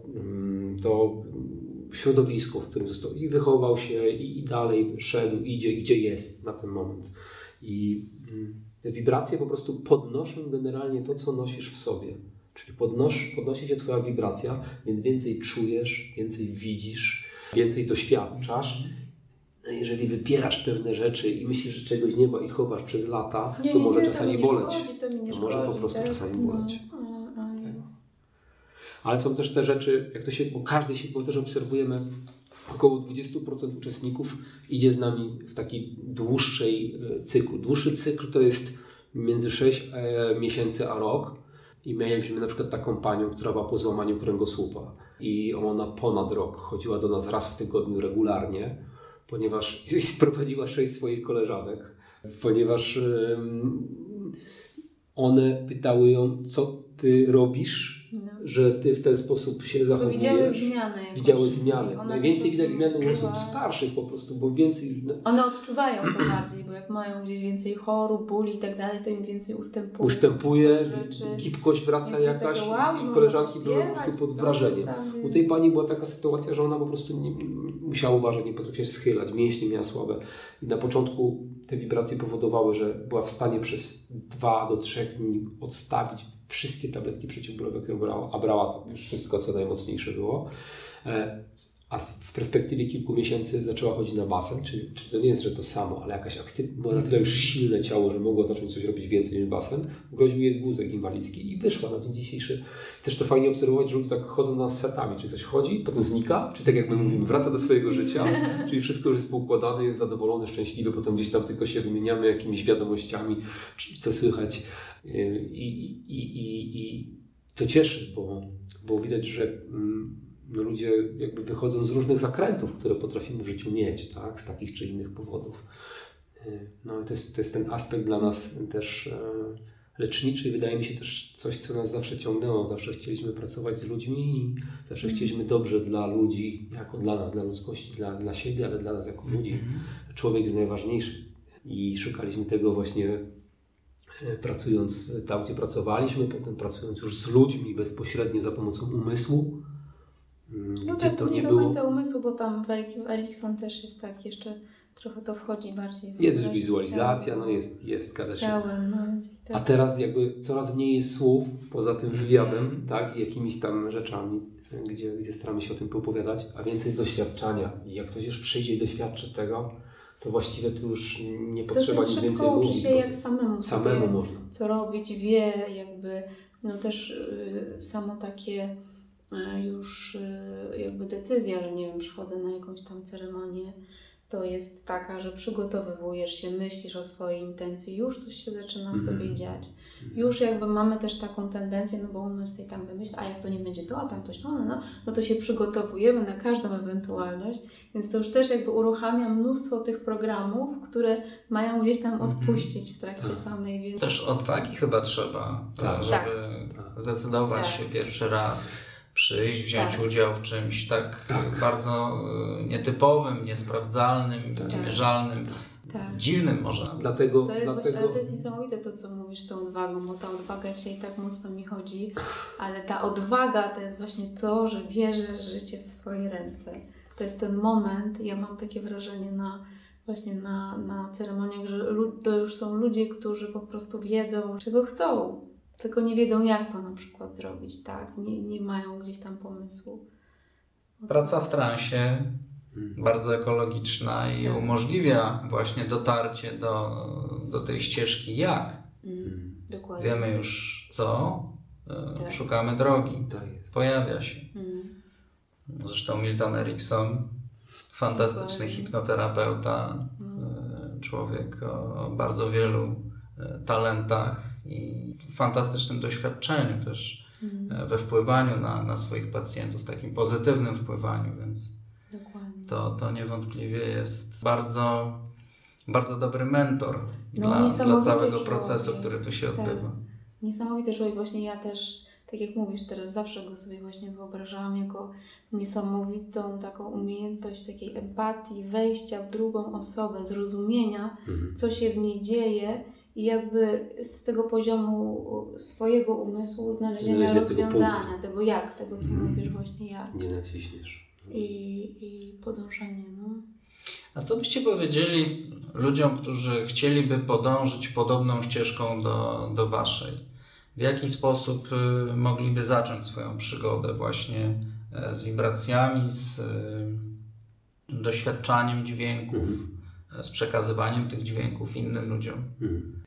to środowisko, w którym został i wychował się i, i dalej szedł, idzie, gdzie jest na ten moment. I te wibracje po prostu podnoszą generalnie to, co nosisz w sobie. Czyli podnosz, podnosi się Twoja wibracja, więc więcej czujesz, więcej widzisz, więcej doświadczasz. No jeżeli wypierasz pewne rzeczy i myślisz, że czegoś nie ma i chowasz przez lata, nie, to nie, może nie, czasami to boleć. Szkodzi, to, to szkodzi, może po prostu tak? czasami boleć. No, a, a tak. Ale są też te rzeczy, jak to się, bo każdy się, bo też obserwujemy, około dwadzieścia procent uczestników idzie z nami w taki dłuższej cyklu. Dłuższy cykl to jest między sześć miesięcy a rok. I mieliśmy na przykład taką panią, która była po złamaniu kręgosłupa. I ona ponad rok chodziła do nas raz w tygodniu regularnie, ponieważ sprowadziła sześć swoich koleżanek. ponieważ um, one pytały ją, co ty robisz, no. że ty w ten sposób się zachowujesz. Widziały zmianę. Widziały zmiany. Najwięcej widać zmiany u osób starszych po prostu, bo więcej... No. One odczuwają to bardziej, bo jak mają gdzieś więcej chorób, bóli i tak dalej, to im więcej ustępuje. Ustępuje, gibkość wraca jakaś takie, wow, i koleżanki były po prostu pod wrażeniem. U tej pani była taka sytuacja, że ona po prostu nie, musiała uważać, nie potrafiła się schylać, mięśnie miała słabe. I na początku te wibracje powodowały, że była w stanie przez dwa do trzech dni odstawić wszystkie tabletki przeciwbólowe, które brała, a brała wszystko, co najmocniejsze było. A w perspektywie kilku miesięcy zaczęła chodzić na basen, czyli, czyli to nie jest, że to samo, ale jakaś aktywność, była na tyle już silne ciało, że mogła zacząć coś robić więcej niż basen. Groził jej wózek inwalidzki i wyszła na dzień dzisiejszy. Też to fajnie obserwować, że ludzie tak chodzą na setami, czyli ktoś chodzi, potem znika, czy tak jak my mówimy, wraca do swojego życia, czyli wszystko już jest poukładane, jest zadowolony, szczęśliwy, potem gdzieś tam tylko się wymieniamy jakimiś wiadomościami, co słychać. I, i, i, i to cieszy, bo, bo widać, że no, ludzie jakby wychodzą z różnych zakrętów, które potrafimy w życiu mieć, tak? Z takich czy innych powodów. No i to jest, to jest ten aspekt dla nas też e, leczniczy i wydaje mi się też coś, co nas zawsze ciągnęło. Zawsze chcieliśmy pracować z ludźmi i zawsze chcieliśmy dobrze dla ludzi, jako dla nas, dla ludzkości, dla, dla siebie, ale dla nas jako ludzi. Człowiek jest najważniejszy i szukaliśmy tego właśnie pracując tam, gdzie pracowaliśmy, potem pracując już z ludźmi bezpośrednio za pomocą umysłu. No tak, to nie, nie do końca było... umysłu, bo tam w Erikson też jest tak, jeszcze trochę to wchodzi bardziej. W jest już wizualizacja, no jest, jest zgadza się. Ciałem, no więc jest tak. A teraz jakby coraz mniej jest słów, poza tym wywiadem, tak, i jakimiś tam rzeczami, gdzie, gdzie staramy się o tym opowiadać, a więcej jest doświadczania. I jak ktoś już przyjdzie i doświadczy tego, to właściwie tu już nie potrzeba nic więcej mówić. Uczy się jak samemu, samemu można. Co robić, wie jakby, no też yy, samo takie yy, już yy, jakby decyzja, że nie wiem, przychodzę na jakąś tam ceremonię, to jest taka, że przygotowywujesz się, myślisz o swojej intencji, już coś się zaczyna w tobie dziać. Już jakby mamy też taką tendencję, no bo umysł i tam wymyśla, a jak to nie będzie to, a tam coś, no, no, no to się przygotowujemy na każdą ewentualność, więc to już też jakby uruchamia mnóstwo tych programów, które mają gdzieś tam odpuścić w trakcie tak. samej. Więc... Też odwagi chyba trzeba, tak. żeby tak. zdecydować tak. się pierwszy raz. Przyjść, wziąć tak. udział w czymś tak, tak. bardzo nietypowym, niesprawdzalnym, tak. niemierzalnym, tak. dziwnym może. Dlatego, to jest dlatego... Właśnie, ale to jest niesamowite to, co mówisz z tą odwagą, bo ta odwaga się i tak mocno mi chodzi, ale ta odwaga to jest właśnie to, że bierzesz życie w swoje ręce. To jest ten moment, ja mam takie wrażenie na właśnie na, na ceremoniach, że to już są ludzie, którzy po prostu wiedzą, czego chcą. Tylko nie wiedzą, jak to na przykład zrobić, tak? Nie, nie mają gdzieś tam pomysłu. Praca w transie, hmm. bardzo ekologiczna i tak. umożliwia właśnie dotarcie do, do tej ścieżki jak. Hmm. Dokładnie. Wiemy już co, tak. szukamy drogi, tak jest. Pojawia się. Hmm. Zresztą Milton Erickson, fantastyczny Dokładnie. hipnoterapeuta, hmm. człowiek o, o bardzo wielu talentach i fantastycznym doświadczeniu też mm. we wpływaniu na, na swoich pacjentów, takim pozytywnym wpływaniu, więc to, to niewątpliwie jest bardzo, bardzo dobry mentor no, dla, dla całego człowiek. procesu, który tu się odbywa. Tak. Niesamowity człowiek, właśnie ja też, tak jak mówisz teraz, zawsze go sobie właśnie wyobrażałam jako niesamowitą taką umiejętność takiej empatii, wejścia w drugą osobę, zrozumienia, mm. co się w niej dzieje, i jakby z tego poziomu swojego umysłu znalezienia rozwiązania, tego, tego jak, tego co hmm. mówisz właśnie jak. Nie naciśniesz. I, i podążanie, no. A co byście powiedzieli ludziom, którzy chcieliby podążyć podobną ścieżką do, do waszej? W jaki sposób y, mogliby zacząć swoją przygodę właśnie y, z wibracjami, z y, doświadczaniem dźwięków, hmm. z przekazywaniem tych dźwięków innym ludziom? Hmm.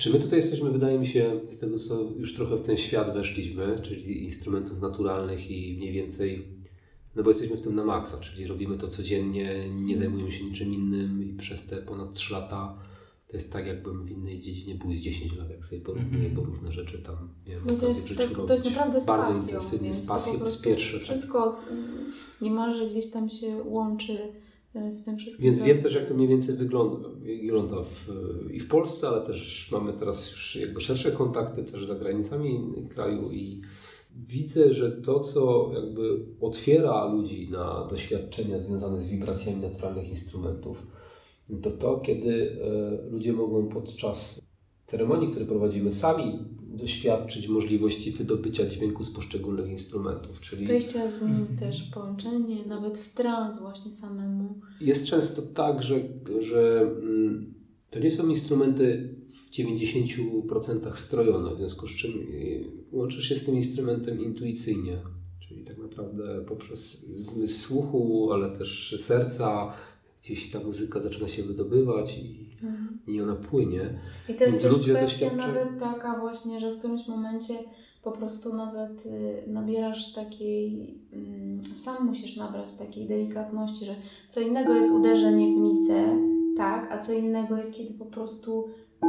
Czy my tutaj jesteśmy, wydaje mi się, z tego co już trochę w ten świat weszliśmy, czyli instrumentów naturalnych i mniej więcej, no bo jesteśmy w tym na maksa, czyli robimy to codziennie, nie zajmujemy się niczym innym i przez te ponad trzy lata to jest tak, jakbym w innej dziedzinie był z dziesięć lat, jak sobie porównuję, bo różne rzeczy tam miałem No to, okazję w jest, życiu tak, robić. to jest naprawdę z bardzo pasją, intensywnie, z więc pasją, to po z prostu pierwsze. wszystko niemalże gdzieś tam się łączy z tym wszystkim. Więc co... wiem też, jak to mniej więcej wygląda, wygląda w, i w Polsce, ale też mamy teraz już jakby szersze kontakty też za granicami kraju i widzę, że to, co jakby otwiera ludzi na doświadczenia związane z wibracjami naturalnych instrumentów, to to, kiedy e, ludzie mogą podczas ceremonii, które prowadzimy, sami doświadczyć możliwości wydobycia dźwięku z poszczególnych instrumentów. Czyli wejścia z nim też w połączenie, nawet w trans właśnie samemu. Jest często tak, że, że mm, to nie są instrumenty w dziewięćdziesięciu procentach strojone, w związku z czym y, łączysz się z tym instrumentem intuicyjnie, czyli tak naprawdę poprzez zmysł słuchu, ale też serca, gdzieś ta muzyka zaczyna się wydobywać i, mhm. i ona płynie. I to jest Więc też ludzie kwestia doświadczają... nawet taka właśnie, że w którymś momencie po prostu nawet y, nabierasz takiej, y, sam musisz nabrać takiej delikatności, że co innego jest uderzenie w misę, tak, a co innego jest, kiedy po prostu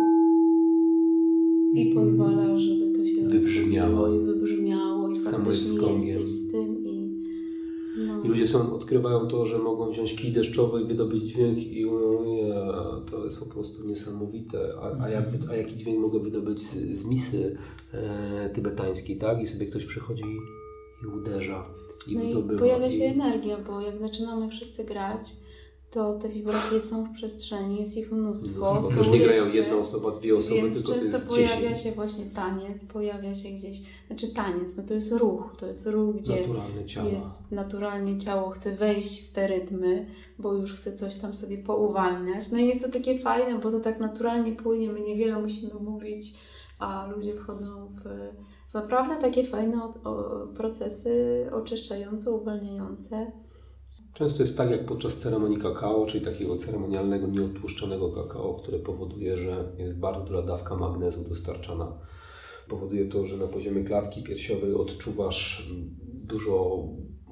i pozwalasz, żeby to się wybrzmiało i wybrzmiało i faktycznie jesteś z tym i No. I ludzie są, odkrywają to, że mogą wziąć kij deszczowy i wydobyć dźwięk i mówią, nie, to jest po prostu niesamowite. A, a, jak, a jaki dźwięk mogę wydobyć z, z misy e, tybetańskiej, tak? I sobie ktoś przychodzi i uderza i no wydobywa. I pojawia się i... energia, bo jak zaczynamy wszyscy grać, to te wibracje są w przestrzeni, jest ich mnóstwo. mnóstwo. Też nie grają jedna osoba, dwie osoby, więc tylko to często jest pojawia dziesięć. się właśnie taniec, pojawia się gdzieś, znaczy taniec, no to jest ruch, to jest ruch, gdzie naturalne ciało. jest naturalnie ciało, chce wejść w te rytmy, bo już chce coś tam sobie pouwalniać. No i jest to takie fajne, bo to tak naturalnie płynie, my niewiele musimy mówić, a ludzie wchodzą w, w naprawdę takie fajne o, o, procesy oczyszczające, uwalniające. Często jest tak jak podczas ceremonii kakao, czyli takiego ceremonialnego, nieodtłuszczonego kakao, które powoduje, że jest bardzo duża dawka magnezu dostarczana. Powoduje to, że na poziomie klatki piersiowej odczuwasz dużo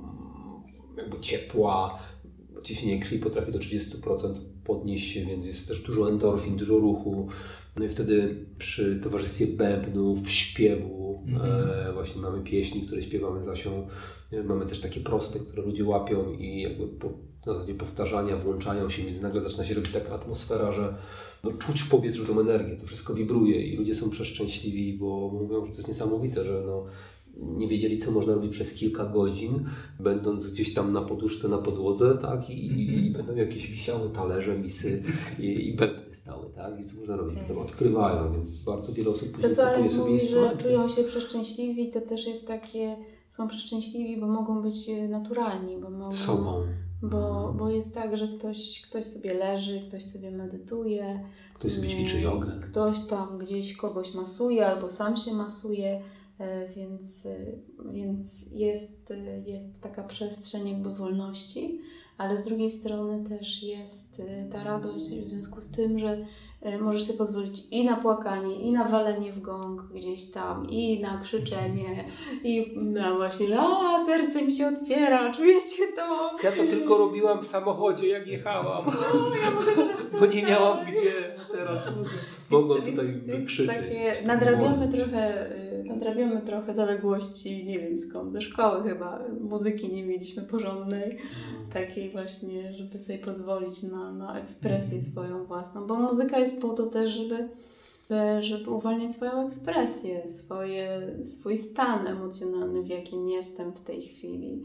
jakby ciepła, ciśnienie krwi potrafi do trzydzieści procent podnieść się, więc jest też dużo endorfin, dużo ruchu. No i wtedy przy towarzystwie bębnów, śpiewu, mm. e, właśnie mamy pieśni, które śpiewamy z Asią. Mamy też takie proste, które ludzie łapią i jakby po, na zasadzie powtarzania włączają się, więc nagle zaczyna się robić taka atmosfera, że no, czuć w powietrzu tą energię, to wszystko wibruje i ludzie są przeszczęśliwi, bo mówią, że to jest niesamowite, że no, nie wiedzieli, co można robić przez kilka godzin, będąc gdzieś tam na poduszce, na podłodze, tak, i, mm-hmm. i będą jakieś wisiały talerze, misy i, i bębny stały, tak, i co można robić, potem odkrywają, więc bardzo wiele osób później to, co kupuje sobie mówi, instrumenty. że czują się przeszczęśliwi, to też jest takie, są przeszczęśliwi, bo mogą być naturalni, bo mogą... Sobą. Bo, bo jest tak, że ktoś, ktoś sobie leży, ktoś sobie medytuje, ktoś sobie ćwiczy jogę, ktoś tam gdzieś kogoś masuje albo sam się masuje, więc, więc jest, jest taka przestrzeń jakby wolności, ale z drugiej strony też jest ta radość w związku z tym, że możesz sobie pozwolić i na płakanie, i na walenie w gong gdzieś tam, i na krzyczenie, i na właśnie, że a, serce mi się otwiera, czujecie to? Ja to tylko robiłam w samochodzie, jak jechałam, no, ja mogę teraz bo nie miałam gdzie, teraz mogłam tutaj wykrzyczeć. Takie, nadrabiamy trochę, nadrabiamy trochę zaległości, nie wiem skąd, ze szkoły chyba, muzyki nie mieliśmy porządnej, takiej właśnie, żeby sobie pozwolić na, na ekspresję swoją własną, bo muzyka jest po to też, żeby, żeby uwalniać swoją ekspresję, swoje, swój stan emocjonalny, w jakim jestem w tej chwili.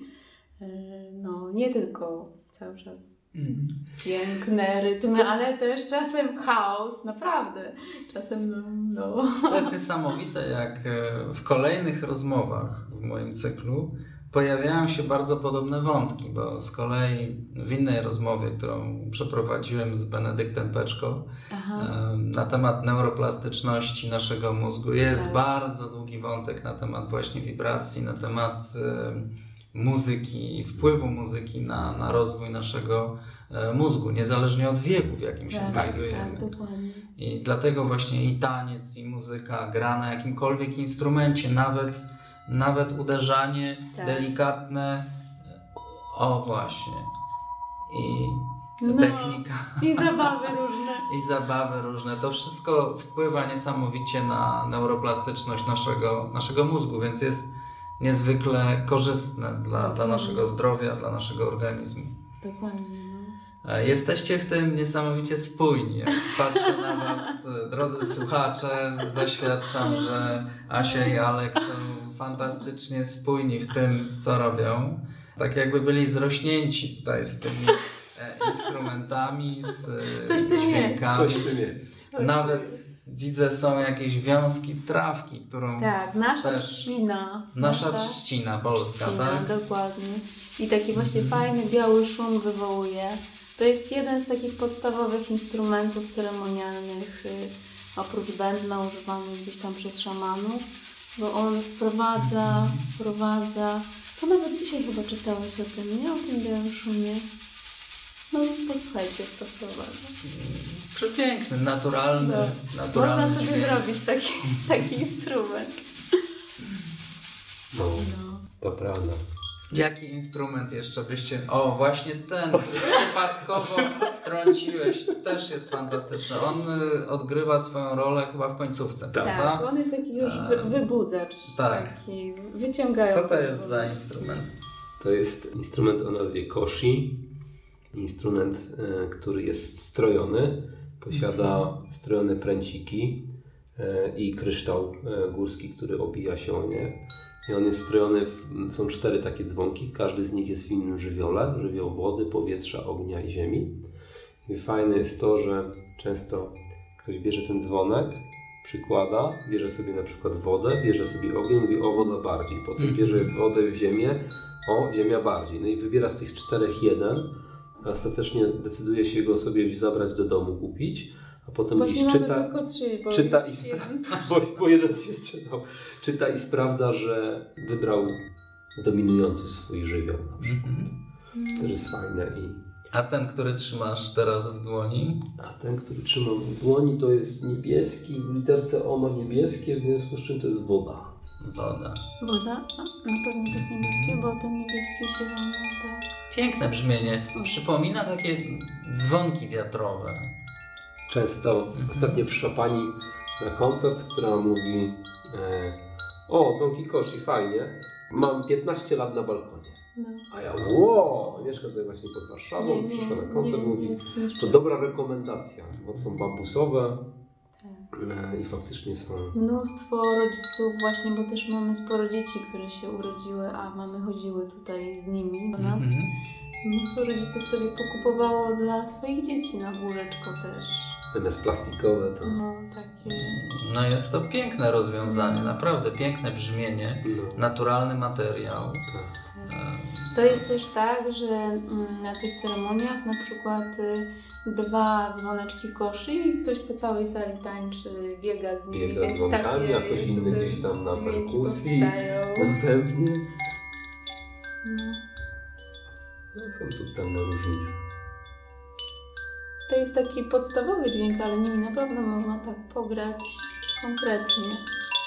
No, nie tylko cały czas mm. piękne rytmy, ale też czasem chaos, naprawdę. Czasem no, no. To jest niesamowite, jak w kolejnych rozmowach w moim cyklu pojawiają się bardzo podobne wątki, bo z kolei w innej rozmowie, którą przeprowadziłem z Benedyktem Peczko, Aha. na temat neuroplastyczności naszego mózgu jest tak. bardzo długi wątek na temat właśnie wibracji, na temat muzyki i wpływu muzyki na, na rozwój naszego e, mózgu, niezależnie od wieku, w jakim się tak, znajdujemy. Tak, dokładnie. I dlatego właśnie i taniec, i muzyka, gra na jakimkolwiek instrumencie, nawet, nawet uderzanie tak. delikatne, o właśnie, i no, technika. I zabawy różne. I zabawy różne. To wszystko wpływa niesamowicie na neuroplastyczność naszego, naszego mózgu, więc jest niezwykle korzystne dla, dla naszego zdrowia, dla naszego organizmu. Dokładnie, no. Jesteście w tym niesamowicie spójni. Jak patrzę na Was, drodzy słuchacze, zaświadczam, że Asia i Alek są fantastycznie spójni w tym, co robią. Tak jakby byli zrośnięci tutaj z tymi e, instrumentami, z Coś e, dźwiękami. Coś w tym jest. Nawet widzę, są jakieś wiązki trawki, którą Tak, nasza też... trzcina. Nasza trzcina polska, trzcina, tak? dokładnie. I taki właśnie fajny, biały szum wywołuje. To jest jeden z takich podstawowych instrumentów ceremonialnych, y, oprócz bębna używanych gdzieś tam przez szamanów, bo on wprowadza, wprowadza, to nawet dzisiaj chyba czytałeś o tym, nie? O tym białym szumie. No posłuchajcie, co wprowadza. Przepiękny, naturalny, No. naturalny Można sobie dźwięk. zrobić taki, taki instrument. No, No. to prawda. Jaki instrument jeszcze byście... O, właśnie ten, który przypadkowo wtrąciłeś, też jest fantastyczny. On y, odgrywa swoją rolę chyba w końcówce, prawda? Tak, on jest taki już wy, wybudzacz, Tak. taki wyciągający. Co to jest za instrument? To jest instrument o nazwie koshi. Instrument, y, który jest strojony. Posiada strojone pręciki y, i kryształ y, górski, który obija się o nie. I on jest strojony, w, są cztery takie dzwonki, każdy z nich jest w innym żywiole, żywioł wody, powietrza, ognia i ziemi. I fajne jest to, że często ktoś bierze ten dzwonek, przykłada, bierze sobie na przykład wodę, bierze sobie ogień, mówi o woda bardziej, potem bierze wodę w ziemię, o ziemia bardziej. No i wybiera z tych czterech jeden, a ostatecznie decyduje się go sobie zabrać do domu, kupić. A potem Właśnie gdzieś mamy czyta, tylko trzy, bo czyta i jest sprawdza, jeden. bo, bo jeden się sprzedał. Czyta i sprawdza, że wybrał dominujący swój żywioł na przykład. To też jest fajne. I... A ten, który trzymasz teraz w dłoni? A ten, który trzymam w dłoni, to jest niebieski, w literce O ma niebieskie, w związku z czym to jest woda. Woda. Woda? A, na pewno to jest niebieskie, bo ten niebieski zielony, tak. Piękne brzmienie. Przypomina takie dzwonki wiatrowe. Często ostatnio przyszła pani na koncert, która mówi e, o, dzwonki koszy, fajnie, mam piętnaście lat na balkonie. No. A ja wow, mieszkam tutaj właśnie pod Warszawą, Nie, nie, przyszła na koncert, nie, mówi, nie jest to niszczy- dobra rekomendacja, bo są bambusowe Tak. e, i faktycznie są... Mnóstwo rodziców właśnie, bo też mamy sporo dzieci, które się urodziły, a mamy chodziły tutaj z nimi do nas. Mhm. Mnóstwo rodziców sobie pokupowało dla swoich dzieci na łóżeczko też. Zamiast plastikowe to... No, takie... No jest to piękne rozwiązanie, naprawdę piękne brzmienie, No, naturalny materiał. tak. To jest też tak, że mm, na tych ceremoniach na przykład y, dwa dzwoneczki koszy i ktoś po całej sali tańczy, biega z nimi. Biega z więc dzwonkami, takie a ktoś inny tutaj gdzieś tam na dźwięki perkusji. powstają. Następnie... No. No, są subtelne różnice. To jest taki podstawowy dźwięk, ale nimi naprawdę można tak pograć konkretnie.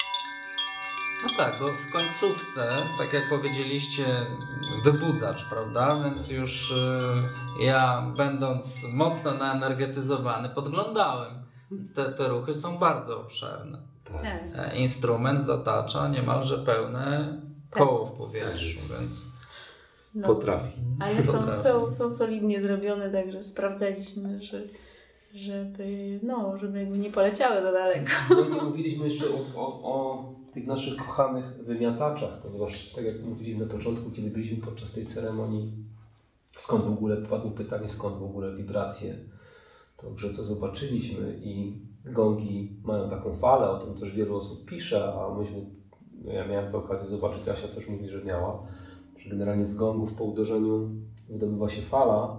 No tak, bo w końcówce, tak jak powiedzieliście, wybudzacz, prawda? Więc już y, ja, będąc mocno naenergetyzowany, podglądałem. Więc te, te ruchy są bardzo obszerne. Tak. Tak. E, Instrument zatacza niemalże pełne koło w powietrzu, więc... No. Potrafi. Ale są, Potrafi. są, są solidnie zrobione, także sprawdzaliśmy, że, żeby, no, żeby jakby nie poleciały za daleko. No i nie mówiliśmy jeszcze o, o, o tych naszych kochanych wymiataczach, ponieważ tak jak mówiliśmy na początku, kiedy byliśmy podczas tej ceremonii, skąd w ogóle padło pytanie, skąd w ogóle wibracje, to że to zobaczyliśmy i gongi mają taką falę, o tym też wielu osób pisze, a myśmy, ja miałem tę okazję zobaczyć, Asia też mówi, że miała, że generalnie z gongów po uderzeniu wydobywa się fala.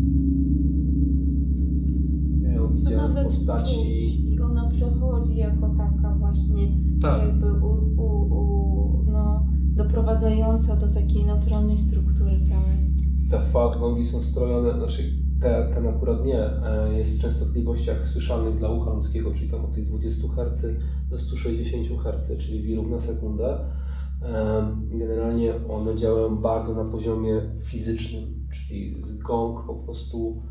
Ja ją To widziałem w nawet postaci... czuć i ona przechodzi jako taka właśnie Tak. jakby u, u, u, no, doprowadzająca do takiej naturalnej struktury całej. Te folk gongi są strojone, znaczy te, ten akurat nie, jest w częstotliwościach słyszalnych dla ucha ludzkiego, czyli tam od tych dwudziestu herców do stu sześćdziesięciu herców, czyli wirów na sekundę. Generalnie one działają bardzo na poziomie fizycznym, czyli z gong po prostu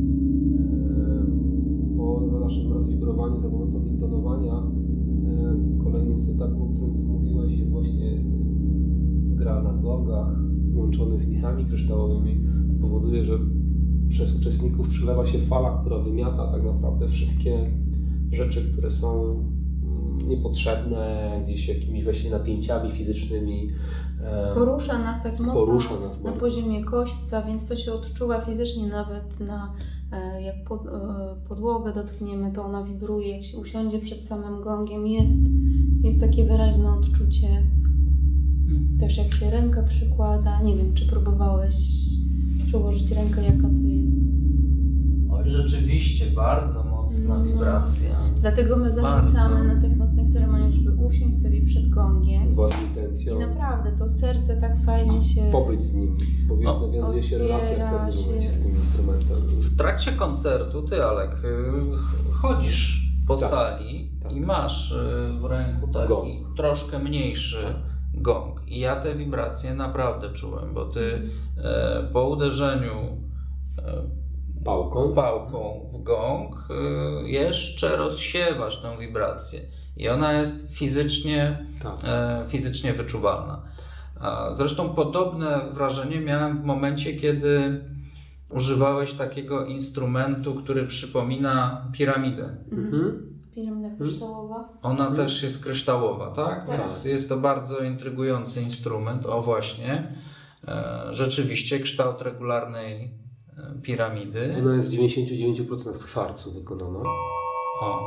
po naszym rozwibrowaniu za pomocą intonowania. Kolejnym z etapów, o którym mówiłeś, jest właśnie gra na gongach łączony z misami kryształowymi. To powoduje, że przez uczestników przelewa się fala, która wymiata tak naprawdę wszystkie rzeczy, które są niepotrzebne, gdzieś jakimiś właśnie napięciami fizycznymi. Porusza nas tak mocno Porusza nas na bardzo. poziomie kośćca, więc to się odczuwa fizycznie nawet na, jak pod, podłogę dotkniemy, to ona wibruje, jak się usiądzie przed samym gongiem, jest, jest takie wyraźne odczucie. Mhm. Też jak się rękę przykłada, nie wiem, czy próbowałeś przyłożyć rękę, jaka to jest. Oj, rzeczywiście, bardzo mocna No. wibracja. Dlatego my zachęcamy Bardzo. na tych nocnych ceremoniach, żeby usiąść sobie przed gongiem Z własną i intencją naprawdę to serce tak fajnie się... pobyć z nim, bo No. nawiązuje się relacja w Otwiera pewnym się. momencie z tym instrumentem. W trakcie koncertu ty, Alek, y, ch- chodzisz po Tak, sali tak. i masz y, w ręku taki Gong. troszkę mniejszy Tak. gong. I ja te wibracje naprawdę czułem, bo ty e, po uderzeniu e, Pałką. pałką w gong y, jeszcze rozsiewasz tę wibrację. I ona jest fizycznie, Tak. e, fizycznie wyczuwalna. A zresztą podobne wrażenie miałem w momencie, kiedy używałeś takiego instrumentu, który przypomina piramidę. Mhm. Piramida kryształowa. Ona Mhm. też jest kryształowa, tak? Tak. Więc jest to bardzo intrygujący instrument. O właśnie, e, rzeczywiście kształt regularnej e, piramidy. Ona jest w dziewięćdziesięciu dziewięciu procentach z kwarcu wykonana. O.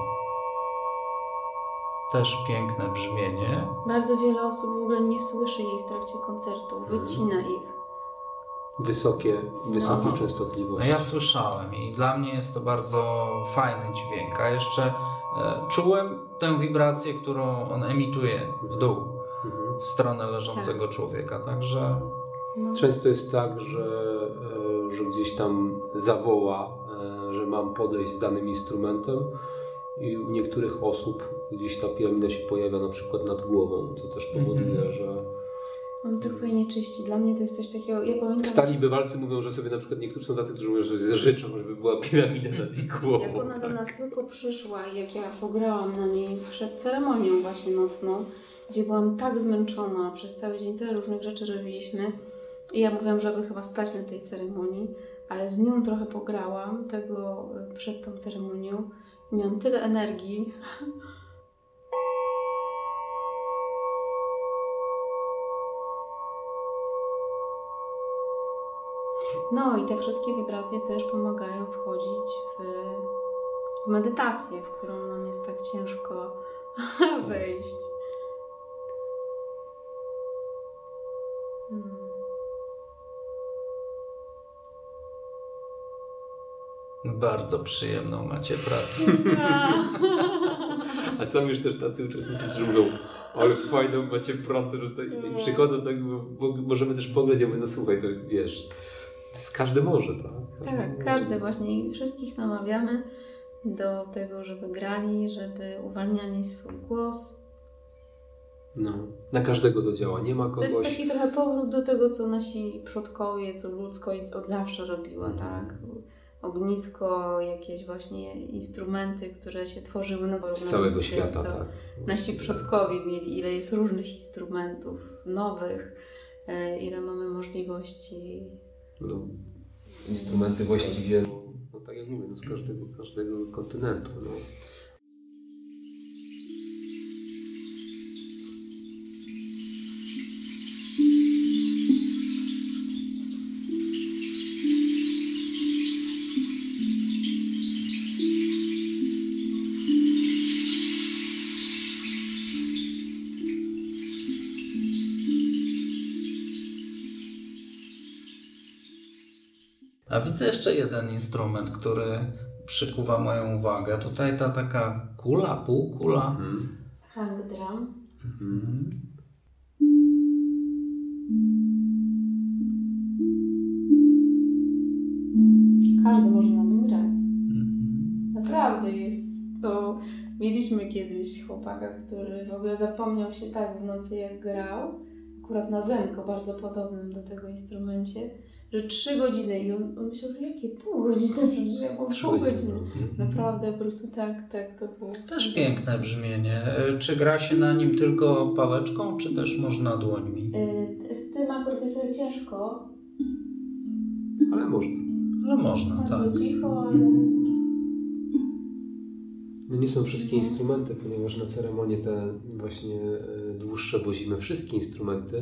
Też piękne brzmienie. Bardzo wiele osób w ogóle nie słyszy jej w trakcie koncertu, wycina ich. Wysokie, wysokie No. No częstotliwości. ja słyszałem i dla mnie jest to bardzo fajny dźwięk, a jeszcze e, czułem tę wibrację, którą on emituje w dół, Mhm. w stronę leżącego człowieka, także No. Często jest tak, że, e, że gdzieś tam zawoła, e, że mam podejść z danym instrumentem i u niektórych osób gdzieś ta piramida się pojawia na przykład nad głową, co też powoduje, Mhm. że On tak fajnie czyści. Dla mnie to jest coś takiego... Ja pamiętam, stali bywalcy mówią, że sobie na przykład niektórzy są tacy, którzy mówią, że życzą, żeby była piramida nad ich głową. jak ona do tak. nas tylko przyszła i jak ja pograłam na niej przed ceremonią właśnie nocną, gdzie byłam tak zmęczona, przez cały dzień tyle różnych rzeczy robiliśmy i ja mówiłam, żeby chyba spać na tej ceremonii, ale z nią trochę pograłam tego y, przed tą ceremonią i miałam tyle energii. No i te wszystkie wibracje też pomagają wchodzić w w medytację, w którą nam jest tak ciężko wejść. Hmm. bardzo przyjemną macie pracę. A są już też tacy uczestnicy, którzy mówią, ale fajną macie pracę, że to, i przychodzą tak, bo możemy też pograć, ja mówię, no słuchaj, to wiesz, z każdy może, tak? Tak, każdy właśnie i wszystkich namawiamy do tego, żeby grali, żeby uwalniali swój głos. No, na każdego to działa, nie ma To jest kogoś... taki trochę powrót do tego, co nasi przodkowie, co ludzkość od zawsze robiła, Mhm. tak? Ognisko, jakieś właśnie instrumenty, które się tworzyły no, Z całego tym, świata, co tak. Nasi przodkowie mieli, ile jest różnych instrumentów, nowych, e, ile mamy możliwości. No, instrumenty właściwie, no, no tak jak mówię, no, z każdego, każdego kontynentu. No. A widzę jeszcze jeden instrument, który przykuwa moją uwagę. Tutaj ta taka kula, półkula. Mhm. Hang drum. Mhm. Mieliśmy kiedyś chłopaka, który w ogóle zapomniał się tak w nocy jak grał, akurat na zemko bardzo podobnym do tego instrumencie, że trzy godziny i on, on myślał, że jakie pół godziny, przecież ja mam pół godziny. Naprawdę, po prostu tak, tak to było. Też piękne brzmienie. Czy gra się na nim tylko pałeczką, czy też można dłońmi? Z tym akurat jest trochę ciężko. Ale można. Ale można, Bardzo tak. cicho, ale... No nie są wszystkie instrumenty, ponieważ na ceremonie te właśnie dłuższe wozimy wszystkie instrumenty,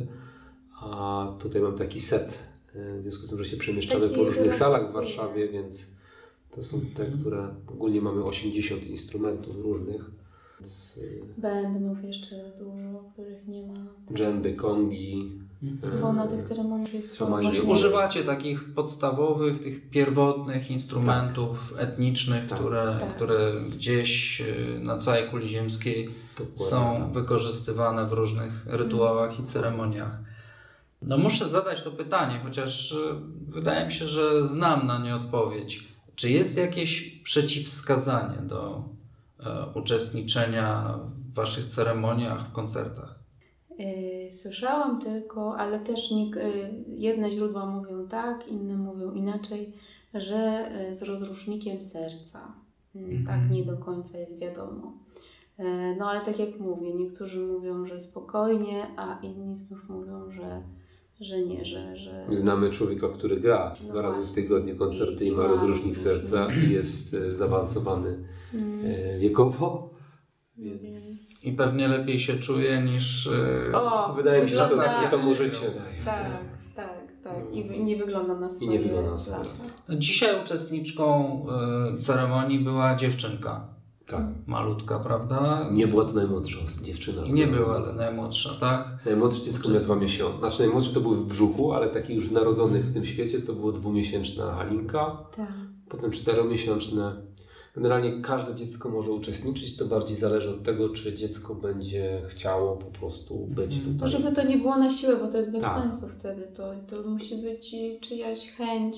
a tutaj mam taki set, w związku z tym, że się przemieszczamy Takie po różnych salach w relaksacyjne. Warszawie, więc to są te, które ogólnie mamy osiemdziesiąt instrumentów różnych. Więc Bębnów jeszcze dużo, których nie ma. dżemby, kongi. Bo na tych ceremoniach jest sporo Szamańskie. Czyli właśnie- używacie takich podstawowych, tych pierwotnych instrumentów etnicznych, Tak. które, Tak. które gdzieś y, na całej kuli ziemskiej Dokładnie są tak. wykorzystywane w różnych rytuałach i ceremoniach. No muszę zadać to pytanie, chociaż y, wydaje mi się, że znam na nie odpowiedź. Czy jest jakieś przeciwwskazanie do y, uczestniczenia w waszych ceremoniach, w koncertach? Yy, Słyszałam tylko, ale też nie, yy, jedne źródła mówią tak, inne mówią inaczej, że yy, z rozrusznikiem serca. Yy, Mhm. Tak nie do końca jest wiadomo. Yy, No ale tak jak mówię, niektórzy mówią, że spokojnie, a inni znów mówią, że, że nie, że... że... Znamy człowieka, który gra No dwa razy w właśnie. tygodniu koncerty i, I- i ma ma rozrusznik rozrusznik. serca i jest e, zaawansowany Mm, e, wiekowo. więc... Więc I pewnie lepiej się czuje niż... y, O, wydaje mi się, że to, wygląda- że to mu życie daje. Tak, tak, tak. I wy- nie wygląda na swoje nie wygląda na swoje lata. Dzisiaj uczestniczką y, ceremonii była dziewczynka. Tak. Malutka, prawda? Nie była to najmłodsza dziewczyna. I nie była ta najmłodsza, tak? Najmłodsze dziecko miało dwa miesiące. Znaczy najmłodsze to były w brzuchu, ale takich już narodzonych w tym świecie to było dwumiesięczna Halinka, Tak. potem czteromiesięczne. Generalnie każde dziecko może uczestniczyć, to bardziej zależy od tego, czy dziecko będzie chciało po prostu być Mhm. No, tutaj. żeby to nie było na siłę, bo to jest bez Tak. sensu wtedy. To, to musi być czyjaś chęć,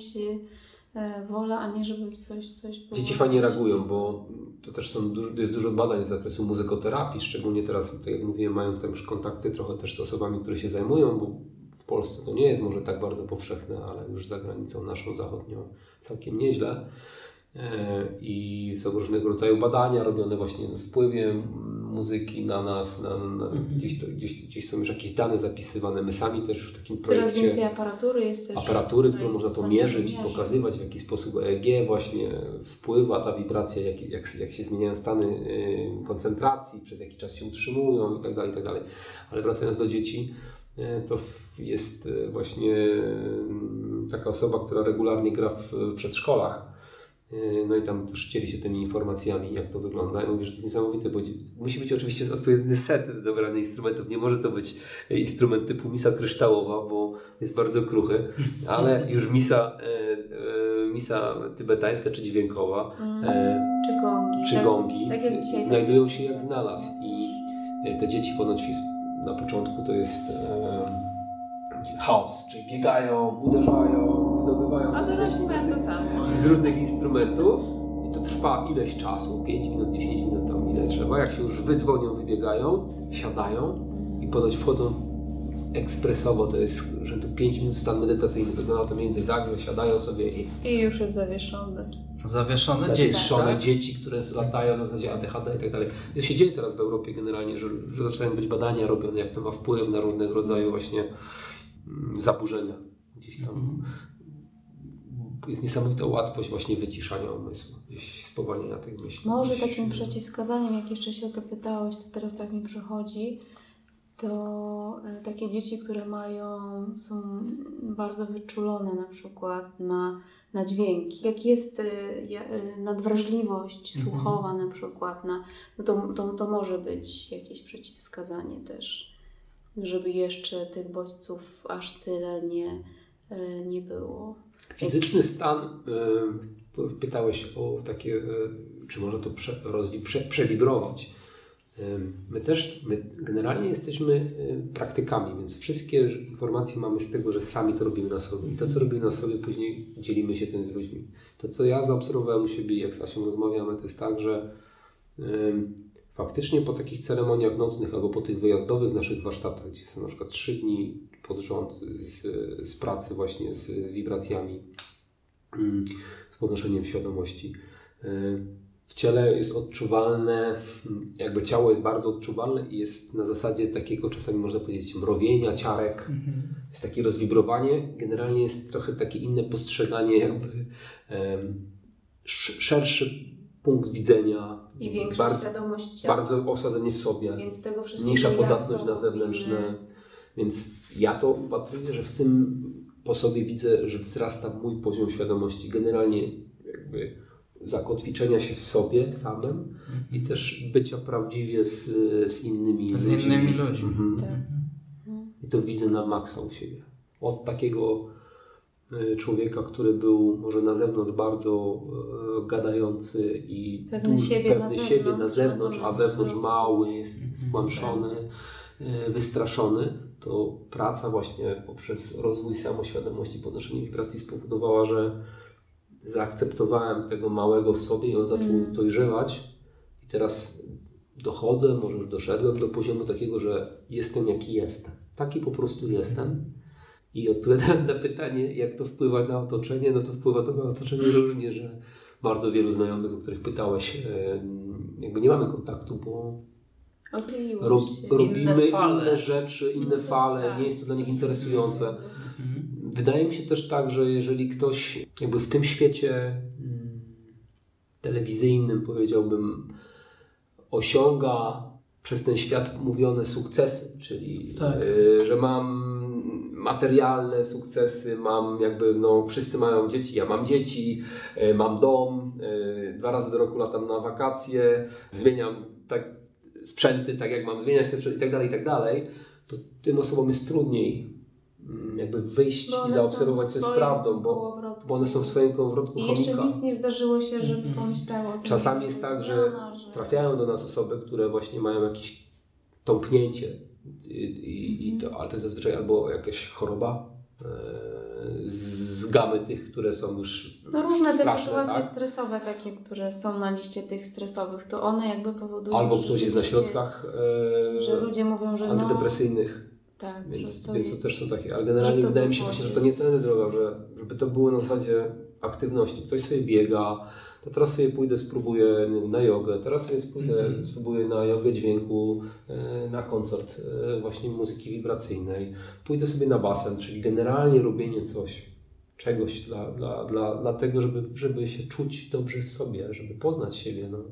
e, wola, a nie żeby coś, coś było. Dzieci fajnie reagują, bo to też są dużo, jest dużo badań z zakresu muzykoterapii, szczególnie teraz, tak jak mówiłem, mając tam już kontakty trochę też z osobami, które się zajmują, bo w Polsce to nie jest może tak bardzo powszechne, ale już za granicą naszą zachodnią całkiem nieźle. I są różnego rodzaju badania robione właśnie na wpływie muzyki na nas, na, na, Mhm. gdzieś, to, gdzieś, gdzieś są już jakieś dane zapisywane. My sami też w takim Coraz projekcie więcej aparatury jest też. aparatury, która którą jest można w to stanie mierzyć i mierzyć. pokazywać, w jaki sposób E E G właśnie wpływa ta wibracja, jak, jak, jak się zmieniają stany y, koncentracji, przez jaki czas się utrzymują i tak dalej, i tak dalej. Ale wracając do dzieci, y, to w- jest y, właśnie y, taka osoba, która regularnie gra w w przedszkolach. Y, No i tam też dzieli się tymi informacjami, jak to wygląda. I mówi, że to jest niesamowite, bo dzie- musi być oczywiście odpowiedni set dobranych instrumentów. Nie może to być instrument typu misa kryształowa, bo jest bardzo kruchy, ale już misa, e, e, misa tybetańska czy dźwiękowa, e, Czy gongi. czy tak, gongi tak jak dzisiaj znajdują się jak znalazł. I e, te dzieci ponoć na początku to jest e, chaos, czyli biegają, uderzają, wydobywają A te dorośli dźwięki mają to samo. z różnych instrumentów i to trwa ileś czasu, pięć minut, dziesięć minut, tam ile trzeba. Jak się już wydzwonią, wybiegają, siadają i ponoć wchodzą ekspresowo, to jest rzędu pięć minut stan medytacyjny. Wygląda to mniej więcej tak, że siadają sobie i I już jest zawieszony. Zawieszone dzieci, zawieszone tak? dzieci, które latają na zasadzie A D H D i tak dalej. To się dzieje teraz w Europie generalnie, że, że zaczynają być badania robione, jak to ma wpływ na różnego rodzaju właśnie mm, zaburzenia. Gdzieś tam jest niesamowita łatwość właśnie wyciszania umysłu, gdzieś spowolnienia tych myśli. Może Gdzieś- takim przeciwwskazaniem, jak jeszcze się o to pytałeś, to teraz tak mi przychodzi, to e, takie dzieci, które mają, są bardzo wyczulone na przykład na, na dźwięki. Jak jest e, ja- e, nadwrażliwość Mhm. słuchowa na przykład, na, no to, to, to może być jakieś przeciwwskazanie też, żeby jeszcze tych bodźców aż tyle nie, e, nie było. Fizyczny stan, y, pytałeś o takie, y, czy można to prze, rozwi, prze, przewibrować. Y, my też, my generalnie jesteśmy y, praktykami, więc wszystkie informacje mamy z tego, że sami to robimy na sobie. I to, co robimy na sobie, później dzielimy się tym z ludźmi. To, co ja zaobserwowałem u siebie, jak z Asią rozmawiamy, to jest tak, że y, faktycznie po takich ceremoniach nocnych albo po tych wyjazdowych naszych warsztatach, gdzie są na przykład trzy dni pod rząd z, z pracy właśnie z wibracjami, z podnoszeniem świadomości, w ciele jest odczuwalne, jakby ciało jest bardzo odczuwalne i jest na zasadzie takiego czasami można powiedzieć mrowienia, ciarek. Mhm. Jest takie rozwibrowanie. Generalnie jest trochę takie inne postrzeganie, jakby um, szerszy punkt widzenia. I większa bar- świadomość ciała. Bardzo osadzenie w sobie. Więc tego mniejsza podatność na zewnętrzne. Mówimy. Więc ja to upatruję, że w tym po sobie widzę, że wzrasta mój poziom świadomości. Generalnie jakby zakotwiczenia się w sobie samym mhm. i też bycia prawdziwie z, z innymi z ludźmi. innymi ludźmi. Mhm. Tak. I to widzę na maksa u siebie. Od takiego człowieka, który był może na zewnątrz bardzo e, gadający i pewny duży, siebie, pewny na, siebie zewnątrz, na zewnątrz, a wewnątrz środku. mały, stłamszony, e, wystraszony, to praca właśnie poprzez rozwój samoświadomości, podnoszenie wibracji spowodowała, że zaakceptowałem tego małego w sobie i on zaczął mm. dojrzewać i teraz dochodzę, może już doszedłem do poziomu takiego, że jestem jaki jestem. Taki po prostu jestem. I odpowiadając na pytanie, jak to wpływa na otoczenie, no to wpływa to na otoczenie różnie, że bardzo wielu znajomych, o których pytałeś, jakby nie mamy kontaktu, bo rob, robimy inne, inne rzeczy, inne no fale, tak, nie jest to dla nich interesujące. Mhm. Wydaje mi się też tak, że jeżeli ktoś jakby w tym świecie telewizyjnym, powiedziałbym, osiąga przez ten świat mówione sukcesy, czyli tak. y, że mam materialne sukcesy, mam jakby, no wszyscy mają dzieci, ja mam dzieci, y, mam dom, y, dwa razy do roku latam na wakacje, zmieniam tak sprzęty, tak jak mam zmieniać te sprzęty i tak dalej, i tak dalej, to tym osobom jest trudniej jakby wyjść i zaobserwować, co jest prawdą, bo, bo one są w swoim kołowrotku i chomika. I jeszcze nic nie zdarzyło się, żeby mm-hmm. pomyślało o tym. Czasami jest tak, że trafiają do nas osoby, które właśnie mają jakieś tąpnięcie, i, i, i to, ale to jest zazwyczaj albo jakaś choroba e, z gamy tych, które są już no różne straszne, te sytuacje tak? stresowe takie, które są na liście tych stresowych, to one jakby powodują, albo ktoś jest na środkach e, że ludzie mówią, że antydepresyjnych. No, tak, więc, to, więc to też są takie, ale generalnie wydaje mi się właśnie, że to nie tędy droga, że, żeby to było na zasadzie aktywności. Ktoś sobie biega, to teraz sobie pójdę, spróbuję na jogę, teraz sobie pójdę, mm-hmm. spróbuję na jogę dźwięku, na koncert właśnie muzyki wibracyjnej, pójdę sobie na basen, czyli generalnie robienie coś, czegoś dla, dla, dla, dla tego, żeby, żeby się czuć dobrze w sobie, żeby poznać siebie. No.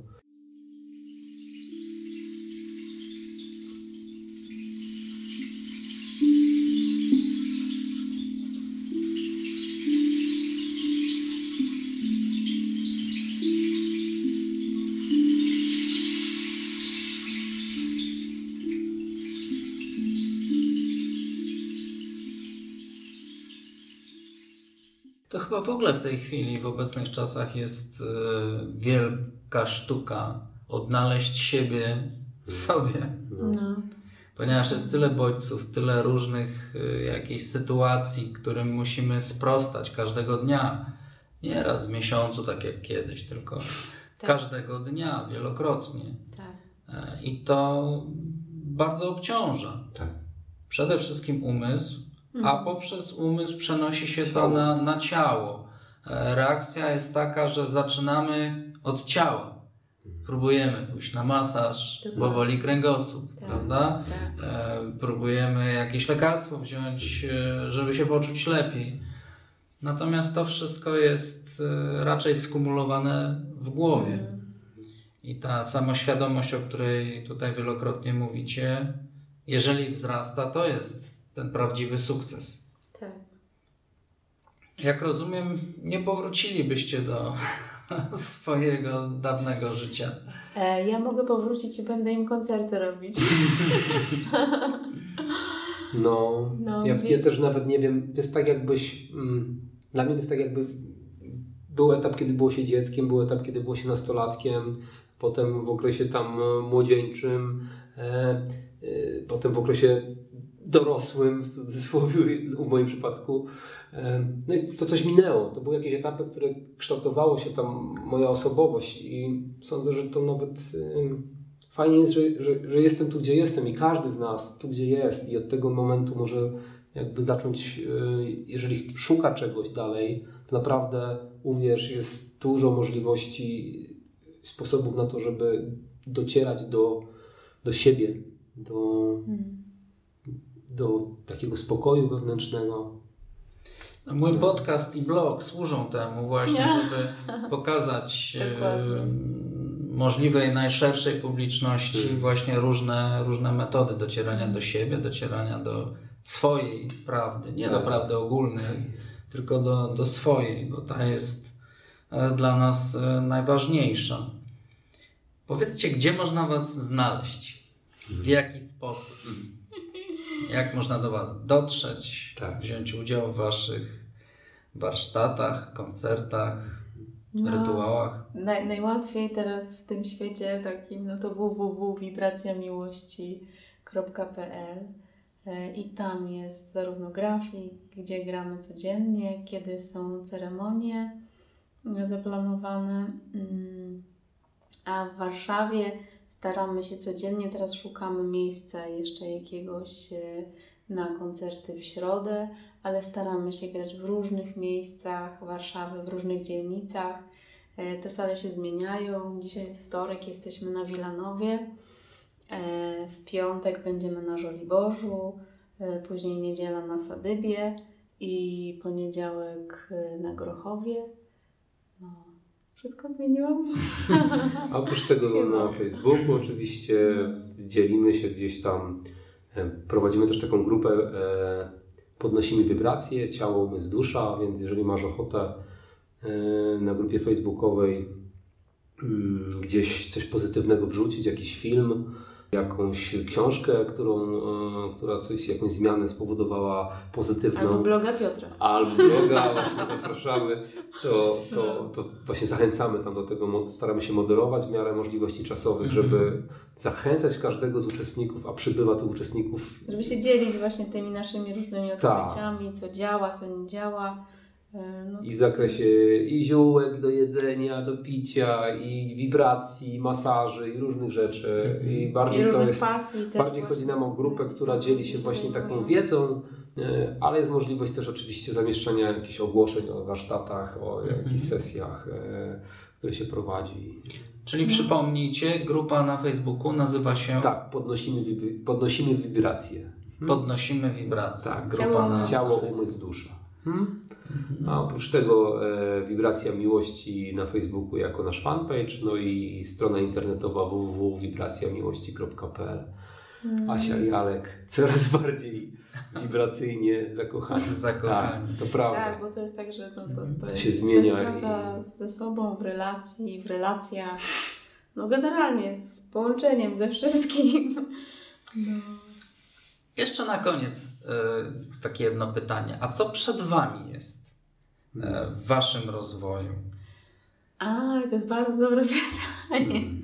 To chyba w ogóle w tej chwili, w obecnych czasach jest y, wielka sztuka odnaleźć siebie w sobie. No. Ponieważ jest tyle bodźców, tyle różnych y, jakichś sytuacji, którym musimy sprostać każdego dnia. Nie raz w miesiącu, tak jak kiedyś, tylko tak. każdego dnia, wielokrotnie. Tak. Y, I to bardzo obciąża. Tak. Przede wszystkim umysł, a poprzez umysł przenosi się to na, na ciało. Reakcja jest taka, że zaczynamy od ciała. Próbujemy pójść na masaż, bo boli kręgosłup, tak, prawda? Tak. E, próbujemy jakieś lekarstwo wziąć, żeby się poczuć lepiej. Natomiast to wszystko jest raczej skumulowane w głowie. Mm. I ta samoświadomość, o której tutaj wielokrotnie mówicie, jeżeli wzrasta, to jest ten prawdziwy sukces. Tak. Jak rozumiem, nie powrócilibyście do swojego dawnego życia. E, ja mogę powrócić i będę im koncerty robić. No, no ja, ja też nawet nie wiem, to jest tak jakbyś, mm, dla mnie to jest tak jakby był etap, kiedy było się dzieckiem, był etap, kiedy było się nastolatkiem, potem w okresie tam młodzieńczym, e, e, potem w okresie dorosłym, w cudzysłowie, w moim przypadku. No i to coś minęło. To były jakieś etapy, które kształtowało się tam moja osobowość i sądzę, że to nawet fajnie jest, że, że, że jestem tu, gdzie jestem i każdy z nas tu, gdzie jest i od tego momentu może jakby zacząć, jeżeli szuka czegoś dalej, to naprawdę, uwierz, jest dużo możliwości, sposobów na to, żeby docierać do, do siebie, do, hmm. do takiego spokoju wewnętrznego. No, mój podcast i blog służą temu właśnie, żeby pokazać możliwej najszerszej publiczności hmm. właśnie różne, różne metody docierania do siebie, docierania do swojej prawdy, nie do prawdy ogólnej, tylko do, do swojej, bo ta jest dla nas najważniejsza. Powiedzcie, gdzie można Was znaleźć? W jaki sposób? Jak można do Was dotrzeć, tak. wziąć udział w Waszych warsztatach, koncertach, no, rytuałach? Naj, najłatwiej teraz w tym świecie takim, no to w w w kropka wibracja miłości kropka p l i tam jest zarówno grafik, gdzie gramy codziennie, kiedy są ceremonie zaplanowane, a w Warszawie staramy się codziennie, teraz szukamy miejsca jeszcze jakiegoś na koncerty w środę, ale staramy się grać w różnych miejscach Warszawy, w różnych dzielnicach. Te sale się zmieniają. Dzisiaj jest wtorek, jesteśmy na Wilanowie. W piątek będziemy na Żoliborzu, później niedziela na Sadybie i poniedziałek na Grochowie. No, wszystko wymieniłam. A oprócz tego na Facebooku oczywiście dzielimy się gdzieś tam, prowadzimy też taką grupę Podnosimy wibracje, ciało, umysł, dusza, więc jeżeli masz ochotę na grupie facebookowej gdzieś coś pozytywnego wrzucić, jakiś film, jakąś książkę, którą, która coś, jakąś zmianę spowodowała pozytywną. Albo bloga Piotra. Albo bloga, właśnie zapraszamy. To, to, to właśnie zachęcamy tam do tego, staramy się moderować w miarę możliwości czasowych, żeby zachęcać każdego z uczestników, a przybywa tych uczestników. Żeby się dzielić właśnie tymi naszymi różnymi odpowiedziami, co działa, co nie działa. No I w zakresie i ziółek do jedzenia, do picia, i wibracji, i masaży, i różnych rzeczy. I bardziej I to jest. Bardziej chodzi nam o grupę, która dzieli się właśnie taką wiedzą, ale jest możliwość też oczywiście zamieszczania jakichś ogłoszeń o warsztatach, o jakichś sesjach, które się prowadzi. Czyli przypomnijcie, grupa na Facebooku nazywa się. Tak, podnosimy, wibry- podnosimy wibracje. Podnosimy wibracje. Tak, grupa ciało, na ciało, umysł, dusza. Hmm? A oprócz tego e, wibracja miłości na Facebooku jako nasz fanpage, no i strona internetowa w w w kropka wibracja miłości kropka p l. Hmm. Asia i Alek coraz bardziej wibracyjnie zakochani. zakochani. Tak, to prawda. Tak, bo to jest tak, że no, to, to, to jest, się zmienia. To jest praca i... ze sobą w relacji, w relacjach. No generalnie z połączeniem ze wszystkim. No. Jeszcze na koniec y, takie jedno pytanie. A co przed Wami jest y, w Waszym rozwoju? A, to jest bardzo dobre pytanie, mm.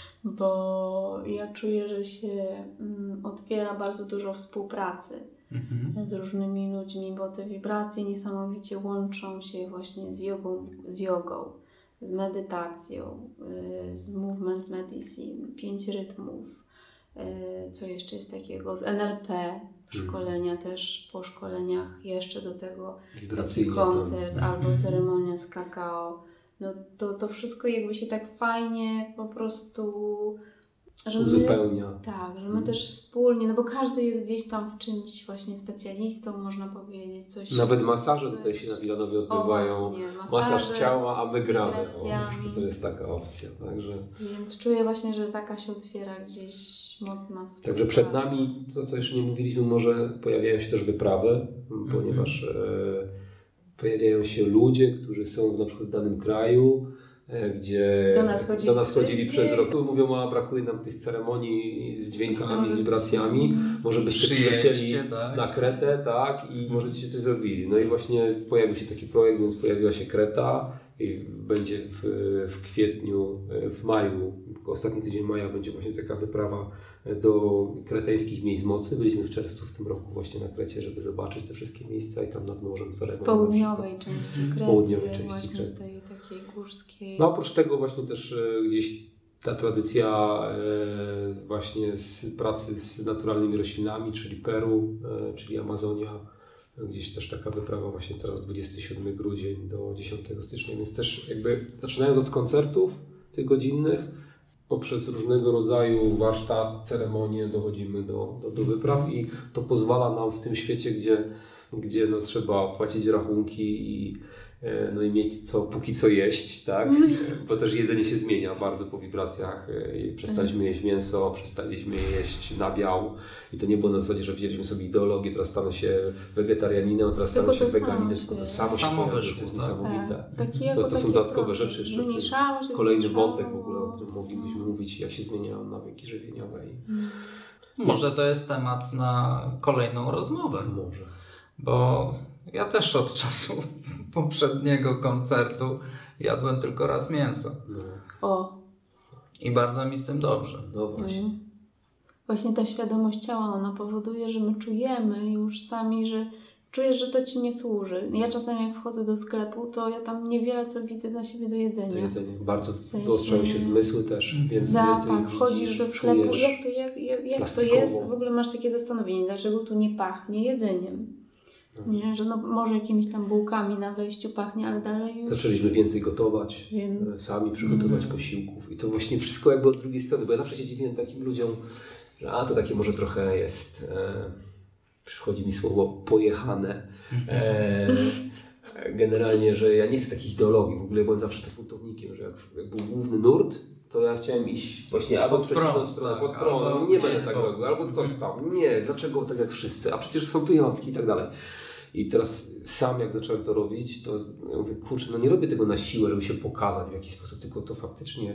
bo ja czuję, że się mm, otwiera bardzo dużo współpracy mm-hmm. z różnymi ludźmi, bo te wibracje niesamowicie łączą się właśnie z jogą, z jogą, z medytacją, y, z movement medicine, pięć rytmów. Co jeszcze jest takiego? Z N L P, szkolenia mm. też, po szkoleniach jeszcze do tego taki koncert to... albo ceremonia z kakao. No to, to wszystko jakby się tak fajnie po prostu że uzupełnia. My, tak, że my mm. też wspólnie, no bo każdy jest gdzieś tam w czymś właśnie specjalistą, można powiedzieć. Coś, Nawet masaże coś... tutaj się na Wilanowie odbywają. O, właśnie, masaż ciała, a my gramy. O, to jest taka opcja. Także... Więc czuję właśnie, że taka się otwiera gdzieś mocna współpraca. Także przed nami, co, co jeszcze nie mówiliśmy, może pojawiają się też wyprawy, mm-hmm. ponieważ e, pojawiają się ludzie, którzy są na przykład w danym kraju, gdzie do nas chodzili, do nas chodzili przez rok. Mówią, a brakuje nam tych ceremonii z dźwiękami, z wibracjami. Może byście przylecieli tak. na Kretę, tak, i możecie coś zrobili. No i właśnie pojawił się taki projekt, więc pojawiła się Kreta i będzie w, w kwietniu, w maju, ostatni tydzień maja będzie właśnie taka wyprawa do kreteńskich miejsc mocy. Byliśmy w czerwcu w tym roku właśnie na Krecie, żeby zobaczyć te wszystkie miejsca i tam nad morzem ceremonii. W południowej części Krety. południowej części Krety. Tej takiej górskiej. No oprócz tego właśnie też gdzieś ta tradycja e, właśnie z pracy z naturalnymi roślinami, czyli Peru, e, czyli Amazonia, gdzieś też taka wyprawa właśnie teraz dwudziestego siódmego grudzień do dziesiątego stycznia, więc też jakby zaczynając od koncertów tych godzinnych, poprzez różnego rodzaju warsztat, ceremonie dochodzimy do, do, do wypraw i to pozwala nam w tym świecie, gdzie, gdzie no, trzeba płacić rachunki i, no, i mieć co, póki co jeść, tak? Bo też jedzenie się zmienia bardzo po wibracjach. Przestaliśmy jeść mięso, przestaliśmy jeść nabiał i to nie było na zasadzie, że wzięliśmy sobie ideologię, teraz stanę się wegetarianinem, a teraz stanę się weganinem, tylko to samo, samo się wyszło, to jest tak? niesamowite. Tak, to, to są dodatkowe rzeczy, jeszcze się, kolejny zmieszało. wątek w ogóle, o którym moglibyśmy mówić, jak się zmieniają nawyki żywieniowe. I... Hmm. Może to jest temat na kolejną rozmowę. Może. Bo ja też od czasu poprzedniego koncertu jadłem tylko raz mięso. No. O. I bardzo mi z tym dobrze. No właśnie. Mm. Właśnie ta świadomość ciała, ona powoduje, że my czujemy już sami, że czujesz, że to Ci nie służy. Ja czasami jak wchodzę do sklepu, to ja tam niewiele co widzę dla siebie do jedzenia. Do jedzenia. Bardzo W sensie... wyostrzają się zmysły też, więc Zapach, więcej wchodzisz widzisz, do sklepu, czujesz jak to, jak, jak, jak to jest? W ogóle masz takie zastanowienie, dlaczego tu nie pachnie jedzeniem. No. Nie, że no może jakimiś tam bułkami na wejściu pachnie, ale dalej już... Zaczęliśmy więcej gotować, Więc... sami przygotować Mm. posiłków i to właśnie wszystko jakby od drugiej strony, bo ja zawsze się dziwiłem takim ludziom, że a to takie może trochę jest, e, przychodzi mi słowo pojechane, e, generalnie, że ja nie chcę takich ideologii, w ogóle byłem zawsze tak buntownikiem, że jak, jak był główny nurt, to ja chciałem iść właśnie albo w przeciwną stronę, pod prąd, nie będę tak robił, albo coś tam, nie, dlaczego tak jak wszyscy, a przecież są wyjątki i tak dalej. I teraz sam jak zacząłem to robić, to ja mówię, kurczę, no nie robię tego na siłę, żeby się pokazać w jakiś sposób, tylko to faktycznie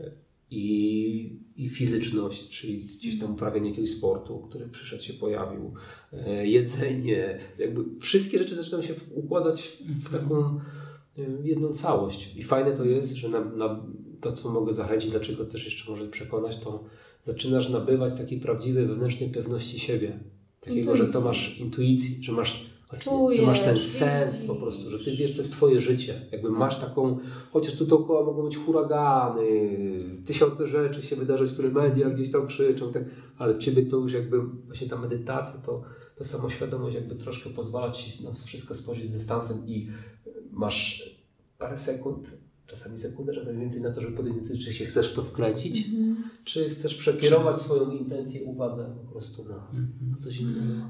i, i fizyczność, czyli gdzieś tam uprawianie jakiegoś sportu, który przyszedł, się pojawił, e, jedzenie, jakby wszystkie rzeczy zaczynają się układać w, w taką e, jedną całość. I fajne to jest, że na, na to, co mogę zachęcić, dlaczego też jeszcze może przekonać, to zaczynasz nabywać takiej prawdziwej wewnętrznej pewności siebie. Takiego, Intuicji. że to masz intuicji, że masz Czujesz, ty masz ten sens po prostu, że ty wiesz, to jest twoje życie. Jakby masz taką, chociaż tu dookoła mogą być huragany, tysiące rzeczy się wydarzać, które media gdzieś tam krzyczą, tak, ale ciebie to już jakby, właśnie ta medytacja, to ta samoświadomość jakby troszkę pozwala ci na wszystko spojrzeć z dystansem i masz parę sekund, czasami sekundę, czasami więcej na to, żeby podjąć decyzję, czy się chcesz w to wkręcić, Mhm. czy chcesz przekierować swoją intencję, uwagę po prostu na, na coś innego.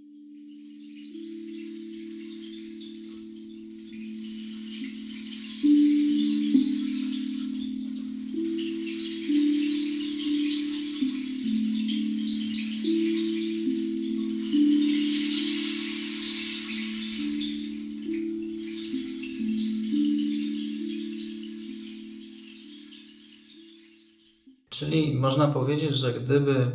Czyli można powiedzieć, że gdyby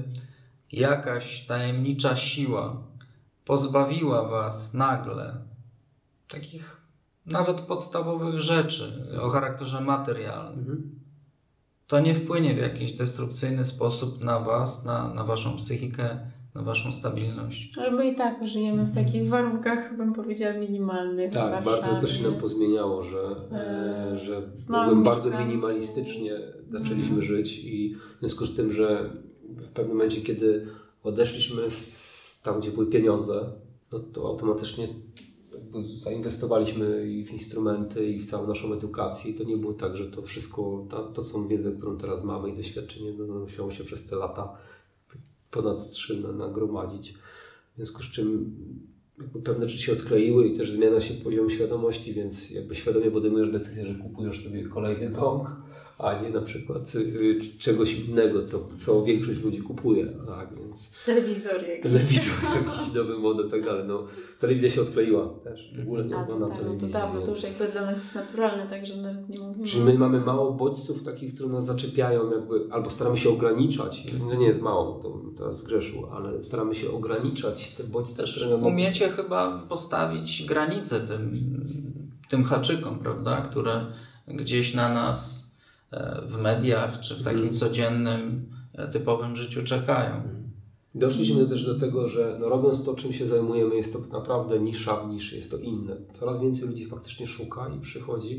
jakaś tajemnicza siła pozbawiła was nagle takich nawet podstawowych rzeczy o charakterze materialnym, Mhm. to nie wpłynie w jakiś destrukcyjny sposób na was, na, na waszą psychikę, na waszą stabilność. Ale my i tak żyjemy w takich warunkach, bym powiedziała, minimalnych. w Tak, Warszawie. bardzo też się nam pozmieniało, że, e, E, że małym jakby bardzo mieszkaniu. minimalistycznie zaczęliśmy Mhm. żyć i w związku z tym, że w pewnym momencie, kiedy odeszliśmy z tam, gdzie były pieniądze, no to automatycznie jakby zainwestowaliśmy i w instrumenty, i w całą naszą edukację. I to nie było tak, że to wszystko, to, to są wiedzę, którą teraz mamy i doświadczenie, no, musiało się przez te lata ponad trzy nagromadzić. W związku z czym jakby pewne rzeczy się odkleiły i też zmiana się poziomu świadomości, więc jakby świadomie podejmujesz decyzję, że kupujesz sobie kolejny dom, a nie na przykład y, czegoś innego, co, co większość ludzi kupuje. Tak, więc Telewizor jakiś. telewizor, jakiś nowy model i tak dalej. No, telewizja się odkleiła też. W ogóle nie A to oglądam tak, no to telewizji. dawno, to już więc- jakby dla nas jest naturalne, także nawet nie mówimy. Czyli my mamy mało bodźców takich, które nas zaczepiają, jakby, albo staramy się ograniczać. No nie jest mało, to teraz zgrzeszył, ale staramy się ograniczać te bodźce, Też które nam... umiecie chyba postawić granice tym, tym haczykom, prawda, które gdzieś na nas e, w mediach czy w takim Mhm. codziennym, e, typowym życiu czekają. Doszliśmy też do tego, że no, robiąc to, czym się zajmujemy, jest to naprawdę nisza w niszy, jest to inne. Coraz więcej ludzi faktycznie szuka i przychodzi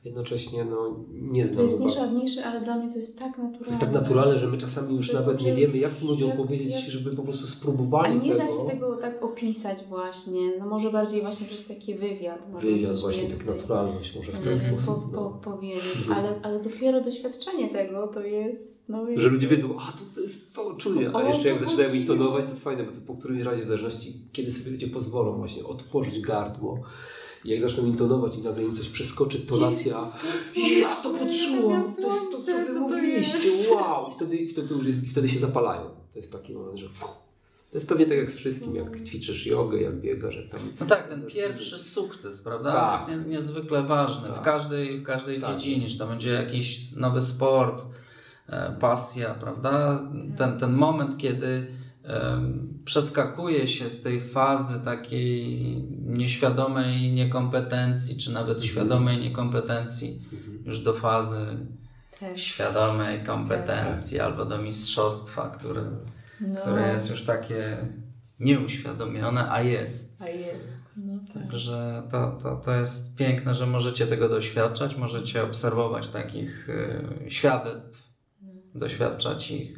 jednocześnie no, nie To znamy jest bardzo. nieszawniejsze, ale dla mnie to jest tak naturalne. To jest tak naturalne, że my czasami już Że nawet nie jak- wiemy, jak tym ludziom jak- powiedzieć, jak- żeby po prostu A spróbowali nie tego. da się tego tak opisać właśnie. No może bardziej właśnie przez taki wywiad. można Wywiad, coś właśnie tak więcej, naturalność może w ten e, sposób. Po, po, No. powiedzieć, ale, ale dopiero doświadczenie tego to jest... No, Że ludzie wiedzą, a to, to jest to, czuję. A O, jeszcze jak to zaczynają chodzi. intonować, to jest fajne, bo to po którymś razie, w zależności kiedy sobie ludzie pozwolą właśnie otworzyć gardło, i jak zaczną intonować i nagle im coś przeskoczy, tonacja, ja to poczułam, to jest to, co wy mówiliście, wow! I wtedy, i wtedy, to już jest, i wtedy się zapalają. To jest taki moment, że fuh. To jest pewnie tak jak z wszystkim, jak ćwiczysz jogę, jak biegasz, jak tam... No tak, ten pierwszy sukces, prawda? Tak. Jest nie, niezwykle ważny Tak. w każdej, w każdej Tak. dziedzinie, czy to będzie jakiś nowy sport, e, pasja, prawda? Ten, ten moment, kiedy e, przeskakuje się z tej fazy takiej nieświadomej niekompetencji, czy nawet Mhm. świadomej niekompetencji, już do fazy Też. świadomej kompetencji albo do mistrzostwa, które, No, które jest już takie nieuświadomione, a jest. a jest. No, tak. Także to, to, to jest piękne, że możecie tego doświadczać, możecie obserwować takich y, świadectw, doświadczać ich.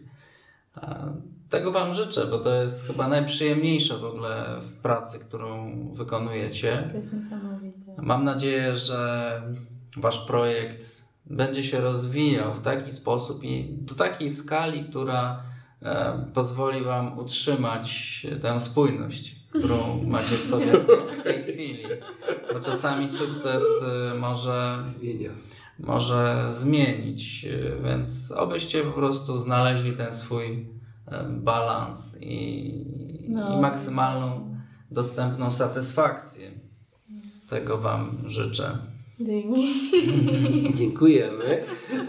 A tego Wam życzę, bo to jest chyba najprzyjemniejsze w ogóle w pracy, którą wykonujecie. To jest niesamowite. Mam nadzieję, że Wasz projekt będzie się rozwijał w taki sposób i do takiej skali, która e, pozwoli Wam utrzymać tę spójność, którą macie w sobie w tej, w tej chwili. Bo czasami sukces e, może, Zmienia. może zmienić, e, więc obyście po prostu znaleźli ten swój e, balans i, No. i maksymalną dostępną satysfakcję. Tego Wam życzę. Dzięki. Dziękujemy.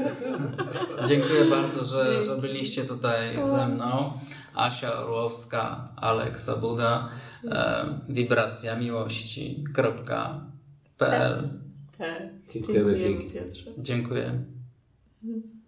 Dziękuję bardzo, że, Dzięki. że byliście tutaj ze mną. Asia Orłowska, Aleksa Buda, e, wibracja miłości kropka p l. Tak. Dziękujemy Dziękujemy, pięknie. Piotrze. Dziękuję. Mhm.